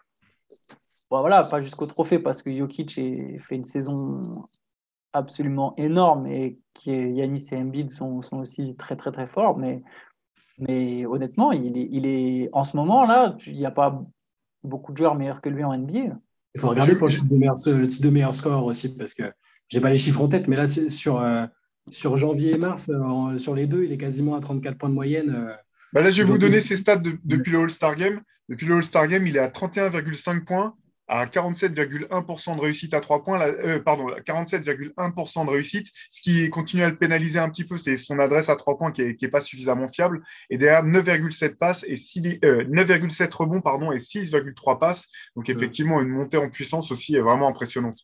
bon, voilà, pas jusqu'au trophée parce que Jokic est- fait une saison absolument énorme et qui est, Yanis et Embiid sont, sont aussi très très très forts. Mais, mais honnêtement, il est, il est, en ce moment là, il n'y a pas beaucoup de joueurs meilleurs que lui en N B A. Il faut Je, regarder pour le je- titre de meilleur, le titre de meilleur score aussi, parce que j'ai pas les chiffres en tête, mais là, c'est sur, euh, sur janvier et mars, euh, en- sur les deux, il est quasiment à trente-quatre points de moyenne. euh, Bah là, je vais vous donc, donner ses stats de- depuis le All-Star Game. Depuis le All-Star Game, il est à trente et un virgule cinq points, à quarante-sept virgule un pour cent de réussite à trois points, là, euh, pardon, à quarante-sept virgule un pour cent de réussite. Ce qui continue à le pénaliser un petit peu, c'est son adresse à trois points qui n'est pas suffisamment fiable. Et derrière, neuf virgule sept passes et six, euh, neuf virgule sept rebonds pardon, et six virgule trois passes. Donc euh, effectivement, une montée en puissance aussi est vraiment impressionnante.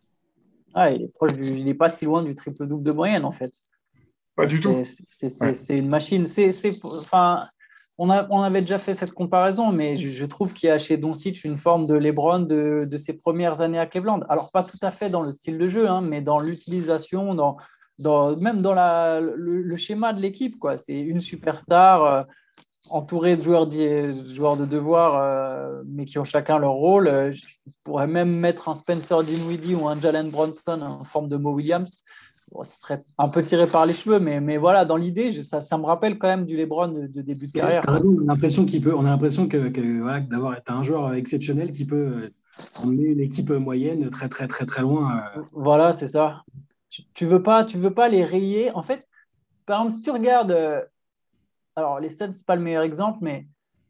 Ah, il est proche du, il est pas si loin du triple-double de moyenne en fait. Pas Donc du tout. c'est c'est- c'est- Ouais. c'est une machine. C'est, c'est, enfin, on, a, on avait déjà fait cette comparaison, mais je, je trouve qu'il y a chez Doncic une forme de LeBron de, de ses premières années à Cleveland. Alors pas tout à fait dans le style de jeu, hein, mais dans l'utilisation, dans, dans, même dans la, le, le schéma de l'équipe, quoi. C'est une superstar euh, entourée de joueurs, d'i- joueurs de devoir, euh, mais qui ont chacun leur rôle. Euh, Je pourrais même mettre un Spencer Dinwiddie ou un Jalen Brunson en forme de Mo Williams. Bon, ce serait un peu tiré par les cheveux, mais, mais voilà, dans l'idée, je- ça, ça me rappelle quand même du LeBron de, de début de mais carrière, t'as quoi. raison, on a l'impression qu'il peut, on a l'impression que, que, voilà, que d'avoir t'as un joueur exceptionnel qui peut euh, emmener une équipe moyenne très, très, très, très loin. euh. Voilà, c'est ça. Tu, tu veux pas, tu veux pas les rayer. En fait, par exemple, si tu regardes, euh, alors les Suns, c'est pas le meilleur exemple, mais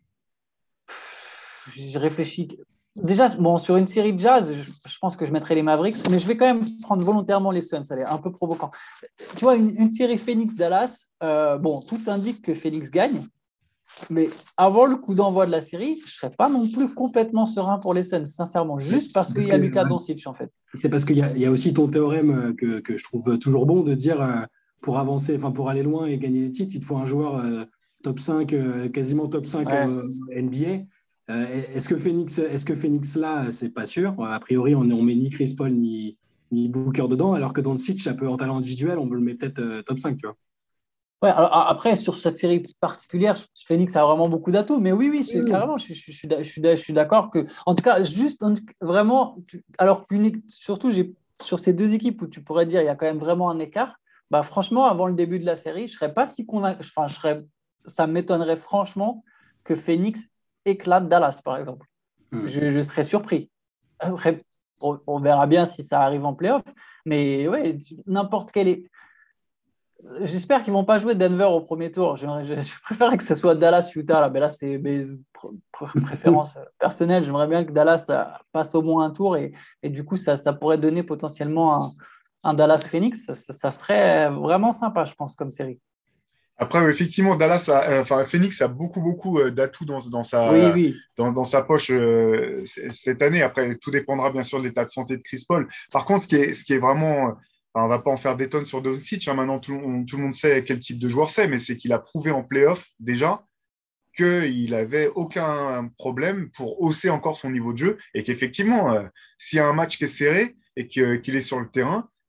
je réfléchis. Déjà, bon, sur une série de jazz, je, je pense que je mettrais les Mavericks, mais je vais quand même prendre volontairement les Suns. Ça a l'air un peu provocant. Tu vois, une, une série Phoenix-Dallas, euh, bon, tout indique que Phoenix gagne, mais avant le coup d'envoi de la série, je ne serais pas non plus complètement serein pour les Suns, sincèrement, Mais juste parce c'est qu'il parce y a que, Lucas ouais, Doncic, en fait. c'est parce qu'il y a, il y a aussi ton théorème euh, que, que je trouve toujours bon de dire euh, pour avancer, enfin pour aller loin et gagner des titres, il te faut un joueur euh, top cinq, euh, quasiment top cinq Ouais. euh, N B A. Euh, est-ce que Phoenix, est-ce que Phoenix là, c'est pas sûr. A priori, on ne met ni Chris Paul ni, ni Booker dedans, alors que dans le site, ça peut en talent individuel, on le met peut-être euh, top cinq, tu vois. Ouais, alors, a- après, sur cette série particulière, je- Phoenix a vraiment beaucoup d'atouts, mais oui, oui, Oui, c'est oui. carrément, je, je- je suis d'a- je suis d'a- je suis d'accord que, en tout cas, juste en- vraiment, tu- alors qu'une é- surtout j'ai, sur ces deux équipes où tu pourrais dire il y a quand même vraiment un écart, bah franchement, avant le début de la série, je serais pas si convaincu, enfin, je serais, ça m'étonnerait franchement que Phoenix éclate Dallas, par exemple. Hmm. Je, je serais surpris. Après, on, on verra bien si ça arrive en playoff, mais ouais, n'importe quel. é- J'espère qu'ils vont pas jouer Denver au premier tour. J'aimerais- Je, je préférerais que ce soit Dallas-Utah. Là. Mais là, c'est mes pr- pr- préférences personnelles. J'aimerais bien que Dallas euh, passe au moins un tour et, et du coup, ça, ça pourrait donner potentiellement un, un Dallas-Phoenix. Ça, ça- ça serait vraiment sympa, je pense, comme série. Après, ouais, effectivement, Dallas, a- euh, enfin, Phoenix a beaucoup, beaucoup euh, d'atouts dans, dans Oui, sa, oui. dans, dans sa poche euh, c- cette année. Après, tout dépendra bien sûr de l'état de santé de Chris Paul. Par contre, ce qui est, ce qui est vraiment, euh, enfin, on va pas en faire des tonnes sur Doncic, hein, maintenant tout, on- tout le monde sait quel type de joueur c'est, mais c'est qu'il a prouvé en playoff déjà qu'il n'avait aucun problème pour hausser encore son niveau de jeu et qu'effectivement, euh, s'il y a un match qui est serré et que- qu'il est sur le terrain,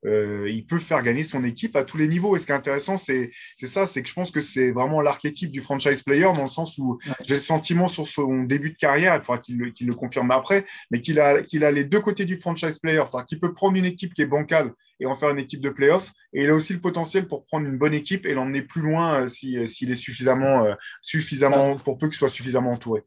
euh, il peut faire gagner son équipe à tous les niveaux. Et ce qui est intéressant, c'est, c'est ça, c'est que je pense que c'est vraiment l'archétype du franchise player dans le sens où Ouais. j'ai le sentiment sur son début de carrière, il faudra qu'il le, qu'il le confirme après, mais qu'il a, qu'il a les deux côtés du franchise player. C'est-à-dire qu'il peut prendre une équipe qui est bancale et en faire une équipe de playoff. Et il a aussi le potentiel pour prendre une bonne équipe et l'emmener plus loin euh, si, euh, s'il est suffisamment, euh, suffisamment, pour peu qu'il soit suffisamment entouré.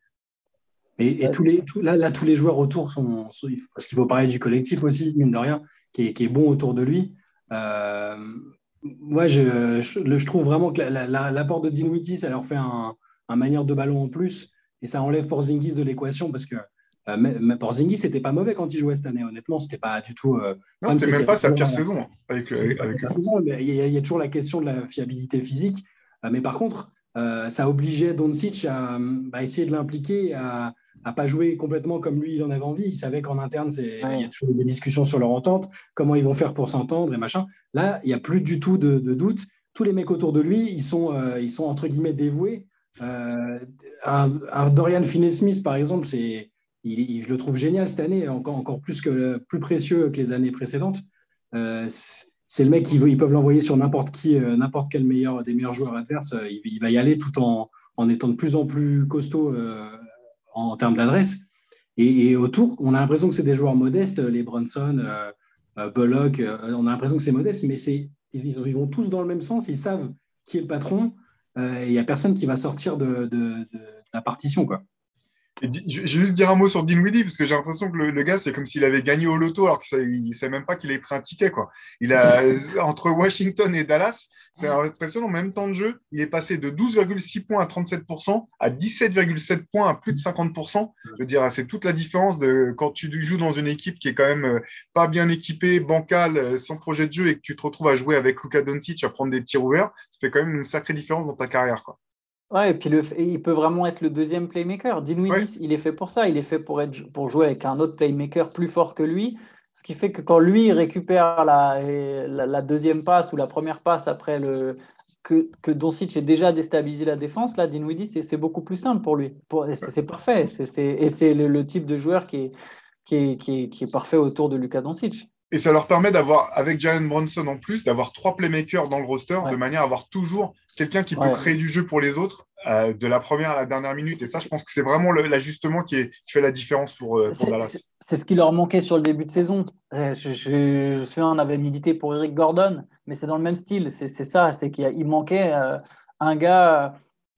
Et, et tous les, tout, là, là, tous les joueurs autour sont, sont- parce qu'il faut parler du collectif aussi, mine de rien, qui est, qui est bon autour de lui. Euh, Moi, je, je, le- je trouve vraiment que la- la- la- l'apport de Dinwiddie, ça leur fait un, un manière de ballon en plus et ça enlève Porzingis de l'équation parce que euh, mais- mais Porzingis, c'était pas mauvais quand il jouait cette année. Honnêtement, c'était pas du tout. Euh, le Non, problème, c'était c'est qu'il même y a pas sa pire toujours, saison hein, avec, c'était avec, pas cette avec eux. saison, mais il y, a, il y a toujours la question de la fiabilité physique. Euh, mais par contre, euh, ça obligeait Doncic à, bah, essayer de l'impliquer, à ne pas jouer complètement comme lui, il en avait envie. Il savait qu'en interne, c'est, il y a Ouais. toujours des discussions sur leur entente, comment ils vont faire pour s'entendre et machin. Là, il n'y a plus du tout de, de doute. Tous les mecs autour de lui, ils sont, euh, ils sont entre guillemets dévoués. Euh, un, un Dorian Finney-Smith, par exemple, c'est, il, il- je le trouve génial cette année, encore, encore plus, que, plus précieux que les années précédentes. Euh, c'est le mec qui veut, ils peuvent l'envoyer sur n'importe qui, euh, n'importe quel meilleur des meilleurs joueurs adverses. Euh, il, il va y aller tout en, en étant de plus en plus costaud euh, en, en termes d'adresse. Et, et autour, on a l'impression que c'est des joueurs modestes, les Brunson, euh, euh, Bullock. Euh, on a l'impression que c'est modeste, mais c'est, ils, ils vont tous dans le même sens. Ils savent qui est le patron. Euh, Il n'y a personne qui va sortir de, de, de, de la partition, quoi. Et di- je je vais juste dire un mot sur Dinwiddie, parce que j'ai l'impression que le, le gars, c'est comme s'il avait gagné au loto, alors qu'il ne sait même pas qu'il avait pris un ticket, quoi. Il a, entre Washington et Dallas, c'est impressionnant. En même temps de jeu, il est passé de douze virgule six points à trente-sept pour cent à dix-sept virgule sept points à plus de cinquante pour cent. Je veux dire, c'est toute la différence de quand tu joues dans une équipe qui est quand même euh, pas bien équipée, bancale, euh, sans projet de jeu, et que tu te retrouves à jouer avec Luka Doncic à prendre des tirs ouverts. Ça fait quand même une sacrée différence dans ta carrière, quoi. Ouais, et puis le, et il peut vraiment être le deuxième playmaker. Ouais. Dinwiddie, il est fait pour ça. Il est fait pour être, pour jouer avec un autre playmaker plus fort que lui. Ce qui fait que quand lui il récupère la, la, la deuxième passe ou la première passe après le, que, que Doncic ait déjà déstabilisé la défense, là, Dinwiddie, c'est c'est beaucoup plus simple pour lui. Pour, et c'est c'est parfait. C'est c'est- et c'est le, le type de joueur qui est, qui est, qui est, qui est parfait autour de Luka Doncic. Et ça leur permet d'avoir, avec Jalen Brunson en plus, d'avoir trois playmakers dans le roster, de Ouais, manière à avoir toujours quelqu'un qui peut ouais. créer du jeu pour les autres, euh, de la première à la dernière minute. Et ça, je pense que c'est vraiment le- l'ajustement qui, est- qui fait la différence pour, euh, pour C'est c'est- Dallas. c'est ce qui leur manquait sur le début de saison. Euh, Je, je, je suis on avait milité pour Eric Gordon, mais c'est dans le même style. C'est c'est ça, c'est qu'il y a- il manquait euh, un gars.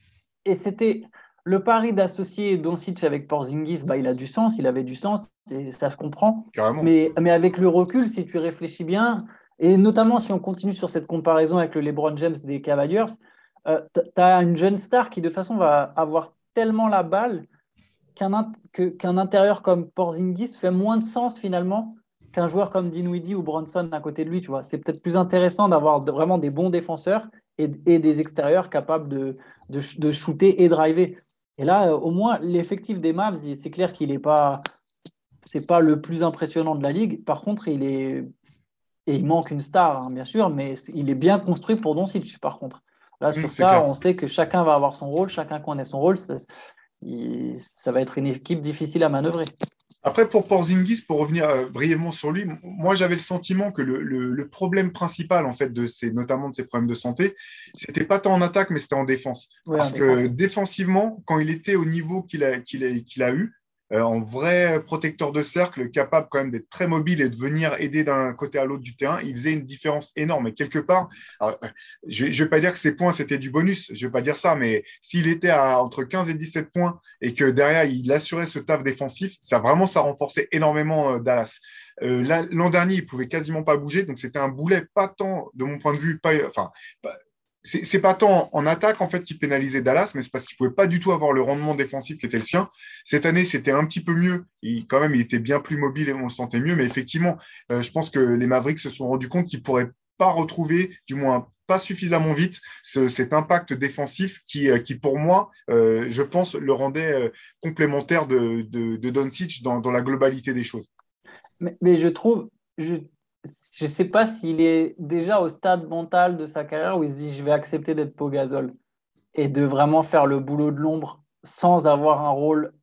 Et c'était le pari d'associer Doncic avec Porzingis, bah, il a du sens, il avait du sens, et ça se comprend. Carrément. Mais, mais avec le recul, si tu réfléchis bien, et notamment si on continue sur cette comparaison avec le LeBron James des Cavaliers, euh, tu as une jeune star qui de toute façon va avoir tellement la balle qu'un int- que- qu'un intérieur comme Porzingis fait moins de sens finalement qu'un joueur comme Dinwiddie ou Bronson à côté de lui. Tu vois, c'est peut-être plus intéressant d'avoir de- vraiment des bons défenseurs et, et des extérieurs capables de, de, sh- de shooter et driver. Et là, euh, au moins, l'effectif des Mavs, il- c'est clair qu'il n'est pas, c'est pas le plus impressionnant de la ligue. Par contre, il est, et il manque une star, hein, bien sûr, mais c- il est bien construit pour Doncic. Par contre, là, Hum, sur c'est ça, clair. on sait que chacun va avoir son rôle, chacun connaît son rôle. Ça, il- ça va être une équipe difficile à manœuvrer. Après, pour Porzingis, pour revenir euh, brièvement sur lui, m- moi j'avais le sentiment que le, le- le problème principal, en fait, de ses, notamment de ses problèmes de santé, c'était pas tant en attaque, mais c'était en défense. Oui, en Parce défense. que défensivement, quand il était au niveau qu'il a, qu'il a, qu'il a eu, euh, en vrai protecteur de cercle, capable quand même d'être très mobile et de venir aider d'un côté à l'autre du terrain, il faisait une différence énorme. Et quelque part, alors, euh, je ne vais pas dire que ses points c'était du bonus, je ne vais pas dire ça, mais s'il était à entre quinze et dix-sept points et que derrière il assurait ce taf défensif, ça vraiment ça renforçait énormément euh, Dallas. Euh, là, l'an dernier, il pouvait quasiment pas bouger, donc c'était un boulet pas tant, de mon point de vue, pas, enfin, pas- c'est c'est pas tant en attaque en fait qui pénalisait Dallas, mais c'est parce qu'il pouvait pas du tout avoir le rendement défensif qui était le sien. Cette année, c'était un petit peu mieux. Il, quand même, il était bien plus mobile et on le sentait mieux. Mais effectivement, euh, je pense que les Mavericks se sont rendus compte qu'ils pourraient pas retrouver, du moins pas suffisamment vite, ce- cet impact défensif qui, euh, qui pour moi, euh, je pense, le rendait euh, complémentaire de, de, de Doncic dans, dans la globalité des choses. Mais, mais je trouve, je ne sais pas s'il est déjà au stade mental de sa carrière où il se dit je vais accepter d'être Pau Gasol et de vraiment faire le boulot de l'ombre sans avoir un rôle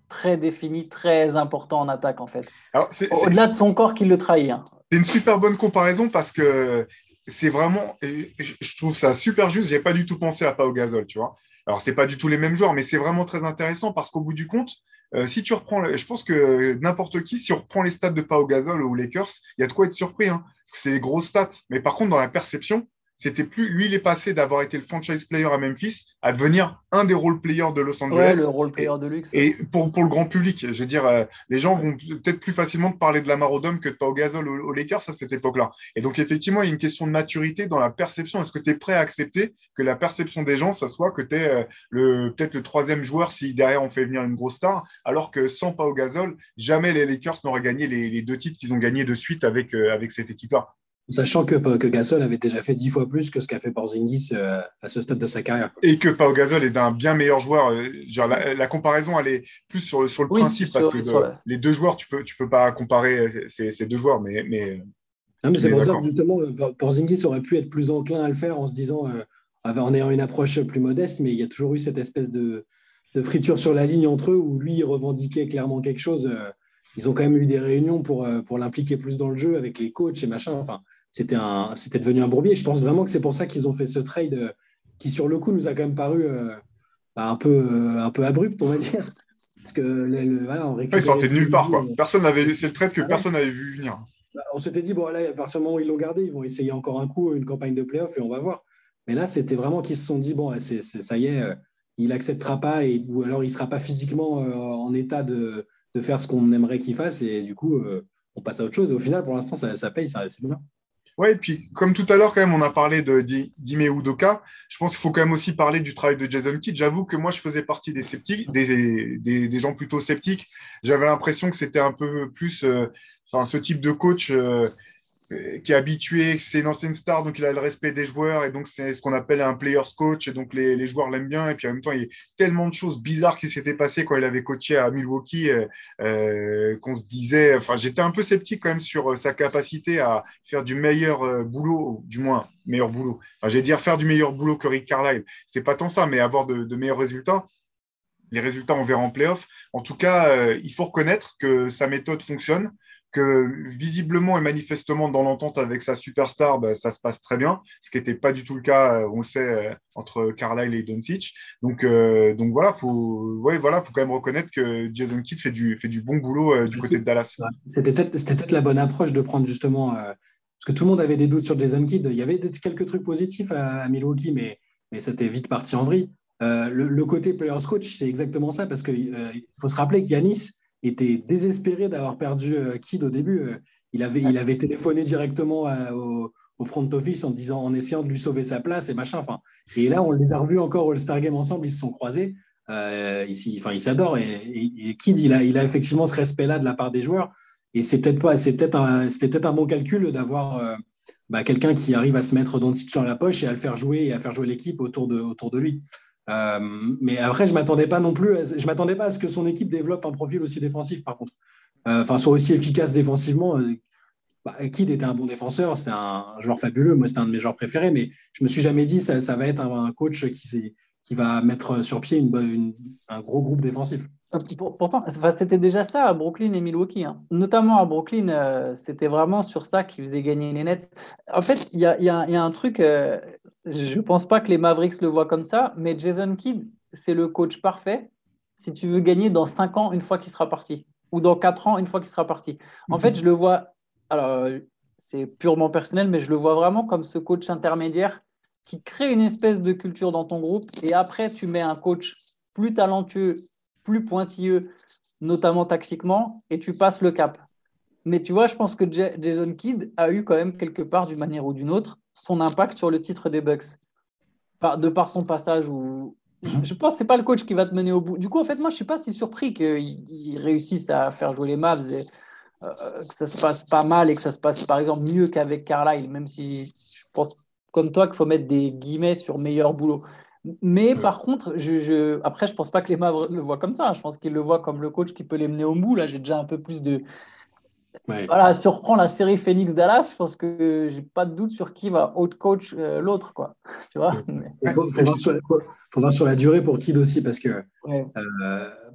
très défini, très important en attaque, en fait. Alors, c'est, Au-delà c'est, de son corps qui le trahit. Hein. c'est une super bonne comparaison parce que c'est vraiment, je trouve ça super juste. J'ai pas du tout pensé à Pau Gasol, tu vois. Alors, c'est pas du tout les mêmes joueurs, mais c'est vraiment très intéressant parce qu'au bout du compte, euh, si tu reprends, je pense que n'importe qui, si on reprend les stats de Pau Gasol aux Lakers, il y a de quoi être surpris, hein, parce que c'est des grosses stats. Mais par contre, dans la perception, c'était plus, lui, il est passé d'avoir été le franchise player à Memphis à devenir un des role players de Los Ouais, Angeles. le role player Et, de luxe. et pour, pour le grand public, je veux dire, euh, les gens vont peut-être plus facilement parler de Lamar Odom que de Pau Gasol aux, aux Lakers à cette époque-là. Et donc, effectivement, il y a une question de maturité dans la perception. Est-ce que tu es prêt à accepter que la perception des gens, ça soit que tu es euh, le, peut-être le troisième joueur si derrière on fait venir une grosse star, alors que sans Pau Gasol, jamais les Lakers n'auraient gagné les, les deux titres qu'ils ont gagnés de suite avec, euh, avec cette équipe-là. Sachant que, que Gasol avait déjà fait dix fois plus que ce qu'a fait Porzingis euh, à ce stade de sa carrière. Et que Pau Gasol est un bien meilleur joueur. Euh, genre, la, la, comparaison, elle est plus sur, sur le oui, principe, sur, parce que sur de, la... les deux joueurs, tu ne peux, tu peux pas comparer ces, ces deux joueurs, mais, mais, non, mais c'est pour ça que justement, Porzingis aurait pu être plus enclin à le faire en se disant, euh, en ayant une approche plus modeste, mais il y a toujours eu cette espèce de, de friture sur la ligne entre eux où lui, il revendiquait clairement quelque chose. Euh, ils ont quand même eu des réunions pour, pour l'impliquer plus dans le jeu avec les coachs et machin. Enfin, c'était, un, c'était devenu un bourbier. Je pense vraiment que c'est pour ça qu'ils ont fait ce trade euh, qui, sur le coup, nous a quand même paru euh, bah, un, peu, euh, un peu abrupt, on va dire. Parce que le, le, voilà, on récupérait. Ouais, il sortait de nulle part, quoi. Euh... Personne n'avait, c'est le trade que ah, personne n'avait ouais. vu venir. Bah, on s'était dit, bon, là, à partir du moment où ils l'ont gardé, ils vont essayer encore un coup, une campagne de playoff et on va voir. Mais là, c'était vraiment qu'ils se sont dit, bon, c'est, c'est, ça y est, euh, il n'acceptera pas et, ou alors il ne sera pas physiquement euh, en état de, de faire ce qu'on aimerait qu'il fasse et du coup, euh, on passe à autre chose. Et au final, pour l'instant, ça, ça paye, ça, c'est bien. Ouais, et puis comme tout à l'heure, quand même, on a parlé de d'Ime Udoka. Je pense qu'il faut quand même aussi parler du travail de Jason Kidd. J'avoue que moi, je faisais partie des sceptiques, des, des, des gens plutôt sceptiques. J'avais l'impression que c'était un peu plus, euh, enfin, ce type de coach euh, qui est habitué, c'est une ancienne star, donc il a le respect des joueurs, et donc c'est ce qu'on appelle un player's coach, et donc les, les joueurs l'aiment bien, et puis en même temps, il y a tellement de choses bizarres qui s'étaient passées quand il avait coaché à Milwaukee, euh, euh, qu'on se disait, enfin, j'étais un peu sceptique quand même sur sa capacité à faire du meilleur euh, boulot, du moins, meilleur boulot. Enfin, j'allais dire faire du meilleur boulot que Rick Carlisle, c'est pas tant ça, mais avoir de, de meilleurs résultats. Les résultats, on verra en playoff. En tout cas, euh, il faut reconnaître que sa méthode fonctionne, que visiblement et manifestement dans l'entente avec sa superstar, bah, ça se passe très bien, ce qui n'était pas du tout le cas, on le sait, entre Carlisle et Doncic. Donc, euh, donc voilà, il faut, ouais, voilà, faut quand même reconnaître que Jason Kidd fait du, fait du bon boulot euh, du côté de Dallas. C'était peut-être, c'était peut-être la bonne approche de prendre justement, euh, parce que tout le monde avait des doutes sur Jason Kidd. Il y avait des, quelques trucs positifs à, à Milwaukee, mais, mais c'était vite parti en vrille. Euh, le, le côté players coach, c'est exactement ça, parce qu'il euh, faut se rappeler qu'Giannis était désespéré d'avoir perdu euh, Kidd au début. Euh, il, avait, il avait téléphoné directement à, au, au front office en, disant, en essayant de lui sauver sa place et machin. Enfin, et là, on les a revus encore au All-Star Game ensemble, ils se sont croisés. Euh, ils, enfin, ils s'adorent. Et, et, et Kidd, il a, il a effectivement ce respect-là de la part des joueurs. Et c'est peut-être pas, c'est peut-être un, c'était peut-être un bon calcul d'avoir euh, bah, quelqu'un qui arrive à se mettre Doncic dans la poche et à le faire jouer et à faire jouer l'équipe autour de, autour de lui. Euh, mais après, je m'attendais pas non plus, à, je m'attendais pas à ce que son équipe développe un profil aussi défensif, par contre. Enfin, euh, soit aussi efficace défensivement. Euh, bah, Kidd était un bon défenseur, c'était un joueur fabuleux. Moi, c'était un de mes joueurs préférés, mais je me suis jamais dit ça, ça va être un, un coach qui, qui va mettre sur pied une, une, un gros groupe défensif. Pourtant, c'était déjà ça à Brooklyn et Milwaukee. Hein. Notamment à Brooklyn, euh, c'était vraiment sur ça qu'ils faisaient gagner les Nets. En fait, il y a, y, a, y a un truc, euh, je ne pense pas que les Mavericks le voient comme ça, mais Jason Kidd, c'est le coach parfait si tu veux gagner dans cinq ans une fois qu'il sera parti, ou dans quatre ans une fois qu'il sera parti. En fait, je le vois, alors c'est purement personnel, mais je le vois vraiment comme ce coach intermédiaire qui crée une espèce de culture dans ton groupe, et après, tu mets un coach plus talentueux, plus pointilleux, notamment tactiquement, et tu passes le cap. Mais tu vois, je pense que J- Jason Kidd a eu quand même quelque part, d'une manière ou d'une autre, son impact sur le titre des Bucks. Par, de par son passage où... Je, je pense que ce n'est pas le coach qui va te mener au bout. Du coup, en fait, moi, je ne suis pas si surpris qu'il réussisse à faire jouer les Mavs et euh, que ça se passe pas mal et que ça se passe, par exemple, mieux qu'avec Carlisle, même si je pense, comme toi, qu'il faut mettre des guillemets sur meilleur boulot. Mais ouais. Par contre, je, je... après, je ne pense pas que les Mavs le voient comme ça. Je pense qu'ils le voient comme le coach qui peut les mener au bout. Là, j'ai déjà un peu plus de... Ouais. Voilà, si on reprend la série Phoenix-Dallas, je pense que j'ai pas de doute sur qui va out-coach euh, l'autre, quoi. Tu vois. Il faut, faut, voir sur, faut, faut voir sur la durée pour Kidd aussi, parce que ouais. euh,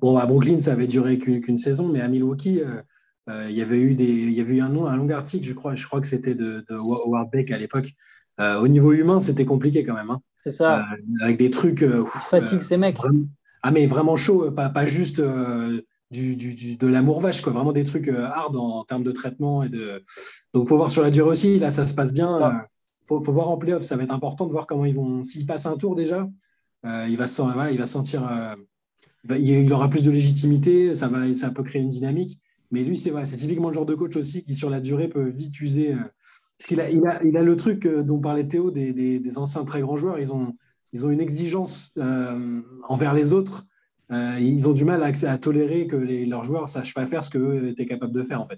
Bon, à Brooklyn, ça avait duré qu'une, qu'une saison, mais à Milwaukee, euh, euh, il y avait eu des, il y avait eu un, long- un long article, je crois, je crois que c'était de, de Howard Beck à l'époque. Euh, au niveau humain, c'était compliqué quand même, hein. C'est Euh, ça. avec des trucs euh, Ils ouf, euh, fatiguent ces mecs. vraiment, ah mais vraiment chaud, pas, pas juste euh, du, du- du- de l'amour vache, quoi. Vraiment des trucs euh, hard en, en termes de traitement et de. Donc faut voir sur la durée aussi. Là, ça se passe C'est bien. Euh, ça. faut, faut voir en playoff. Ça va être important de voir comment ils vont. S'ils passent un tour déjà, euh, il va se, voilà, il va sentir. Euh, il, va- il aura plus de légitimité. Ça va, ça peut créer une dynamique. Mais lui, c'est vrai, c'est typiquement le genre de coach aussi qui sur la durée peut vite user. Euh, parce qu'il a, il a, il a le truc euh, dont parlait Théo des, des, des anciens très grands joueurs. Ils ont, ils ont une exigence euh, envers les autres. Euh, ils ont du mal à, à tolérer que les, leurs joueurs ne sachent pas faire ce qu'eux étaient capables de faire, en fait.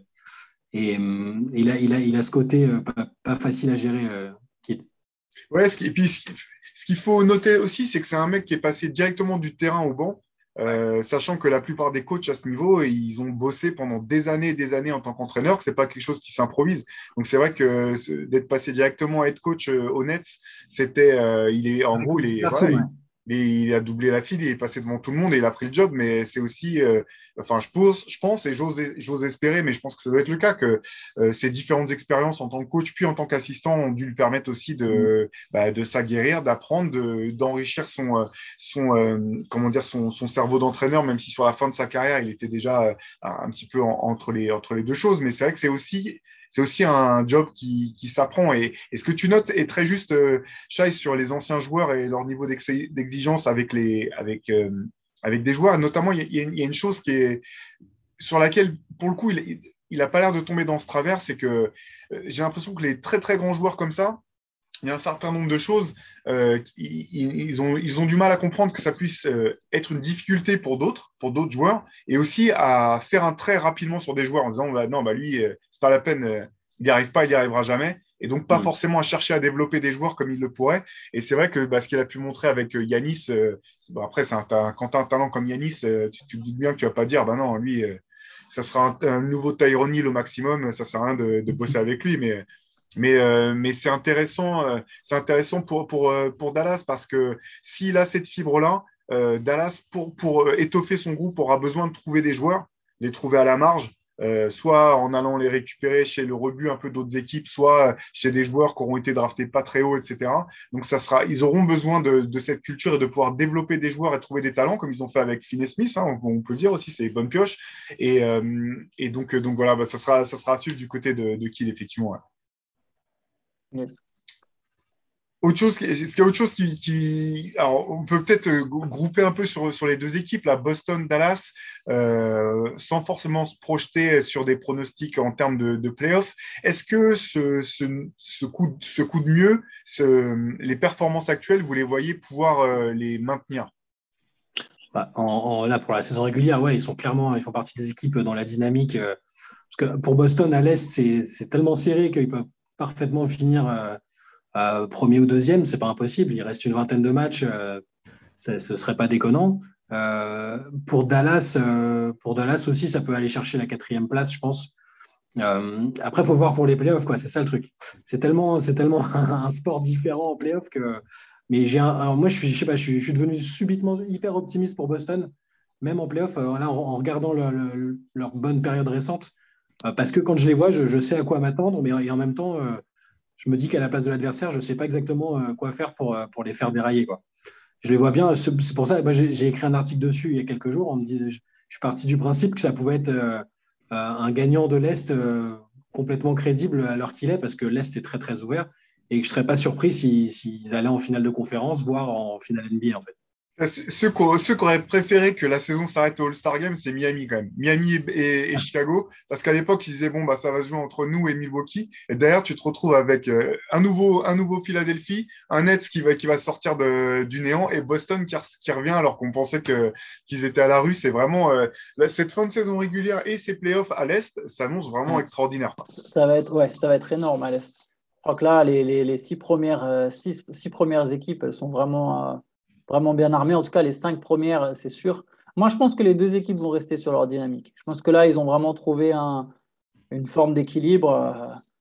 Et euh, il, a, il, a, il a ce côté euh, pas, pas facile à gérer. Euh, qui est... Ouais, ce qui- et puis ce qui- ce qu'il faut noter aussi, c'est que c'est un mec qui est passé directement du terrain au banc, euh, sachant que la plupart des coachs à ce niveau, ils ont bossé pendant des années et des années en tant qu'entraîneur, que c'est pas quelque chose qui s'improvise. Donc c'est vrai que ce- d'être passé directement à head coach euh, au Nets, c'était, euh, il est, en Avec gros, il est, Clarkson, voilà, ouais. il, il- il a doublé la file, il est passé devant tout le monde et il a pris le job. Mais c'est aussi, euh, enfin, je pense, je pense et j'ose, j'ose espérer, mais je pense que ça doit être le cas que euh, ces différentes expériences en tant que coach puis en tant qu'assistant ont dû lui permettre aussi Mm. de bah, de s'aguerrir, d'apprendre, de, d'enrichir son, euh, son, euh, comment dire, son, son cerveau d'entraîneur, même si sur la fin de sa carrière, il était déjà euh, un petit peu en- entre, les, entre les deux choses. Mais c'est vrai que c'est aussi, c'est aussi un job qui, qui s'apprend. Et, et ce que tu notes est très juste, euh, Shai, sur les anciens joueurs et leur niveau d'ex- d'exigence avec, les, avec, euh, avec des joueurs. Notamment, il y, a, il y a une- il y a une chose qui est, sur laquelle, pour le coup, il, il a pas l'air de tomber dans ce travers, c'est que euh, j'ai l'impression que les très très grands joueurs comme ça, il y a un certain nombre de choses, euh, ils, ils ont, ils ont du mal à comprendre que ça puisse euh, être une difficulté pour d'autres, pour d'autres joueurs, et aussi à faire un trait rapidement sur des joueurs en disant bah, non, bah, lui, euh, c'est pas la peine, euh, il n'y arrive pas, il n'y arrivera jamais. Et donc, pas Mm. forcément à chercher à développer des joueurs comme il le pourrait. Et c'est vrai que bah, ce qu'il a pu montrer avec euh, Yanis, euh, bon, après, c'est un, un, quand tu as un talent comme Yanis, euh, tu, tu te dis bien que tu vas pas dire bah non, lui, euh, ça sera un, un nouveau Tyrone Hill au maximum, ça sert à rien de, de bosser avec lui. Mais mais, euh, mais c'est intéressant, euh, c'est intéressant pour, pour, euh, pour Dallas parce que s'il a cette fibre-là, euh, Dallas, pour, pour euh, étoffer son groupe, aura besoin de trouver des joueurs, les trouver à la marge, euh, soit en allant les récupérer chez le rebut un peu d'autres équipes, soit chez des joueurs qui auront été draftés pas très haut, et cetera. Donc, ça sera, ils auront besoin de, de cette culture et de pouvoir développer des joueurs et trouver des talents, comme ils ont fait avec Finney Smith, hein, on, on peut le dire aussi, c'est bonne pioche. Et, euh, et donc, donc voilà, bah, ça, sera, ça sera à suivre du côté de, de Kiel, effectivement. Ouais. Yes. Autre chose, est-ce qu'il y a autre chose qui, qui- alors on peut peut-être euh, grouper un peu sur, sur les deux équipes, là, Boston, Dallas, euh, sans forcément se projeter sur des pronostics en termes de, de playoff. Est-ce que ce, ce, ce coup, ce coup de mieux, ce- les performances actuelles, vous les voyez pouvoir euh, les maintenir? Bah, en, en- là, pour la saison régulière, ouais, ils sont clairement, ils font partie des équipes dans la dynamique. Euh, parce que pour Boston, à l'Est, c'est c'est tellement serré qu'ils peuvent parfaitement finir euh, euh, premier ou deuxième. C'est pas impossible. Il reste une vingtaine de matchs. Euh, ça- ce serait pas déconnant. Euh, pour Dallas, euh, pour Dallas aussi, ça peut aller chercher la quatrième place, je pense. Euh, après, il faut voir pour les playoffs, quoi. C'est ça le truc. C'est tellement, c'est tellement un sport différent en playoffs que. Mais j'ai un, alors moi, je suis, je sais pas, je suis, je suis devenu subitement hyper optimiste pour Boston, même en playoffs, euh, là, en, en regardant le- le- leur bonne période récente. Euh, parce que quand je les vois, je, je sais à quoi m'attendre, mais et en même temps, euh, je me dis qu'à la place de l'adversaire, je ne sais pas exactement euh, quoi faire pour, euh, pour les faire dérailler, quoi. Je les vois bien. C'est c'est pour ça que j'ai j'ai écrit un article dessus il y a quelques jours. On me dit, je, je suis parti du principe que ça pouvait être euh, euh, un gagnant de l'Est euh, complètement crédible à l'heure qu'il est, parce que l'Est est très très ouvert et que je ne serais pas surpris s'ils si, s'ils allaient en finale de conférence, voire en finale N B A en fait. Ceux qui ceux qui auraient préféré que la saison s'arrête au All-Star Game, c'est Miami quand même. Miami et, et- et Chicago, parce qu'à l'époque, ils disaient, bon, bah, ça va se jouer entre nous et Milwaukee. Et derrière, tu te retrouves avec euh, un, nouveau, un nouveau Philadelphie, un Nets qui va, qui va sortir de, du néant et Boston qui, qui revient alors qu'on pensait que, qu'ils étaient à la rue. C'est vraiment euh, là, cette fin de saison régulière et ces playoffs à l'Est s'annoncent vraiment Ouais. extraordinaire. Ça, ça va être, ouais, ça va être énorme à l'Est. Je crois que là, les, les, les six, premières, euh, six, six premières équipes, elles sont vraiment, euh, vraiment bien armées. En tout cas, les cinq premières, c'est sûr. Moi, je pense que les deux équipes vont rester sur leur dynamique. Je pense que là, ils ont vraiment trouvé un, une forme d'équilibre. Euh,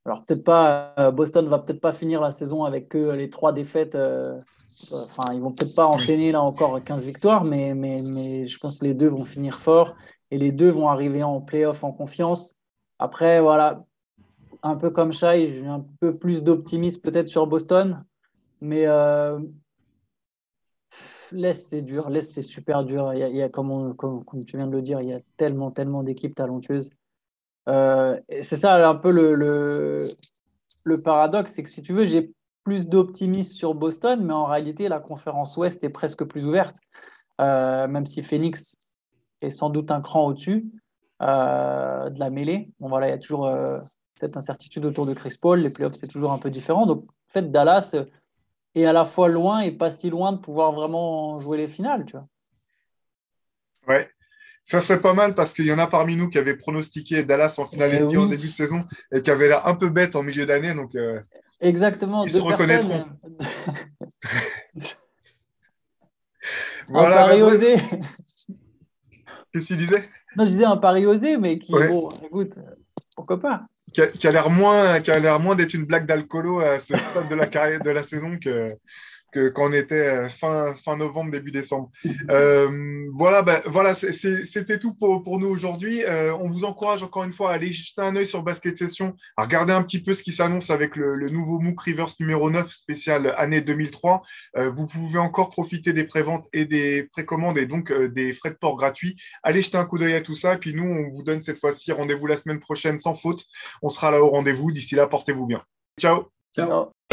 Alors peut-être pas, euh, Boston va peut-être pas finir la saison avec que les trois défaites. euh, Enfin, ils vont peut-être pas enchaîner là encore quinze victoires, mais, mais, mais je pense que les deux vont finir fort et les deux vont arriver en playoff en confiance. Après, voilà, un peu comme Shai, j'ai un peu plus d'optimisme peut-être sur Boston, mais euh, l'Est, c'est dur. L'Est, c'est super dur. Il y a, il y a comme, on- comme, comme tu viens de le dire, il y a tellement, tellement d'équipes talentueuses. Euh, et c'est ça un peu le, le, le paradoxe, c'est que si tu veux, j'ai plus d'optimisme sur Boston, mais en réalité, la conférence Ouest est presque plus ouverte, euh, même si Phoenix est sans doute un cran au-dessus euh, de la mêlée. Bon, voilà, il y a toujours euh, cette incertitude autour de Chris Paul. Les playoffs, c'est toujours un peu différent. Donc, en fait, Dallas est à la fois loin et pas si loin de pouvoir vraiment jouer les finales, tu vois. Ouais. Ça serait pas mal parce qu'il y en a parmi nous qui avaient pronostiqué Dallas en finale Et N B A en oui, début de saison et qui avaient l'air un peu bêtes en milieu d'année. Donc, euh, exactement, ils se deux reconnaîtront. personnes. Un Voilà, bah, pari bref, osé. qu'est-ce que tu disais? Non, je disais un pari osé, mais qui, Ouais. bon, écoute, pourquoi pas? Qui a, qui a l'air moins, qui a l'air moins d'être une blague d'alcoolo à ce stade de la carrière de la saison que, que quand on était euh, fin, fin novembre, début décembre. Euh, voilà, bah, voilà c'est- c'est- c'était tout pour, pour nous aujourd'hui. Euh, on vous encourage encore une fois à aller jeter un œil sur Basket Session, à regarder un petit peu ce qui s'annonce avec le, le nouveau MOOC Rivers numéro neuf spécial année deux mille trois. Euh, vous pouvez encore profiter des préventes et des précommandes et donc euh, des frais de port gratuits. Allez jeter un coup d'œil à tout ça. Et puis nous, on vous donne cette fois-ci rendez-vous la semaine prochaine sans faute. On sera là au rendez-vous. D'ici là, portez-vous bien. Ciao! Ciao. Ciao.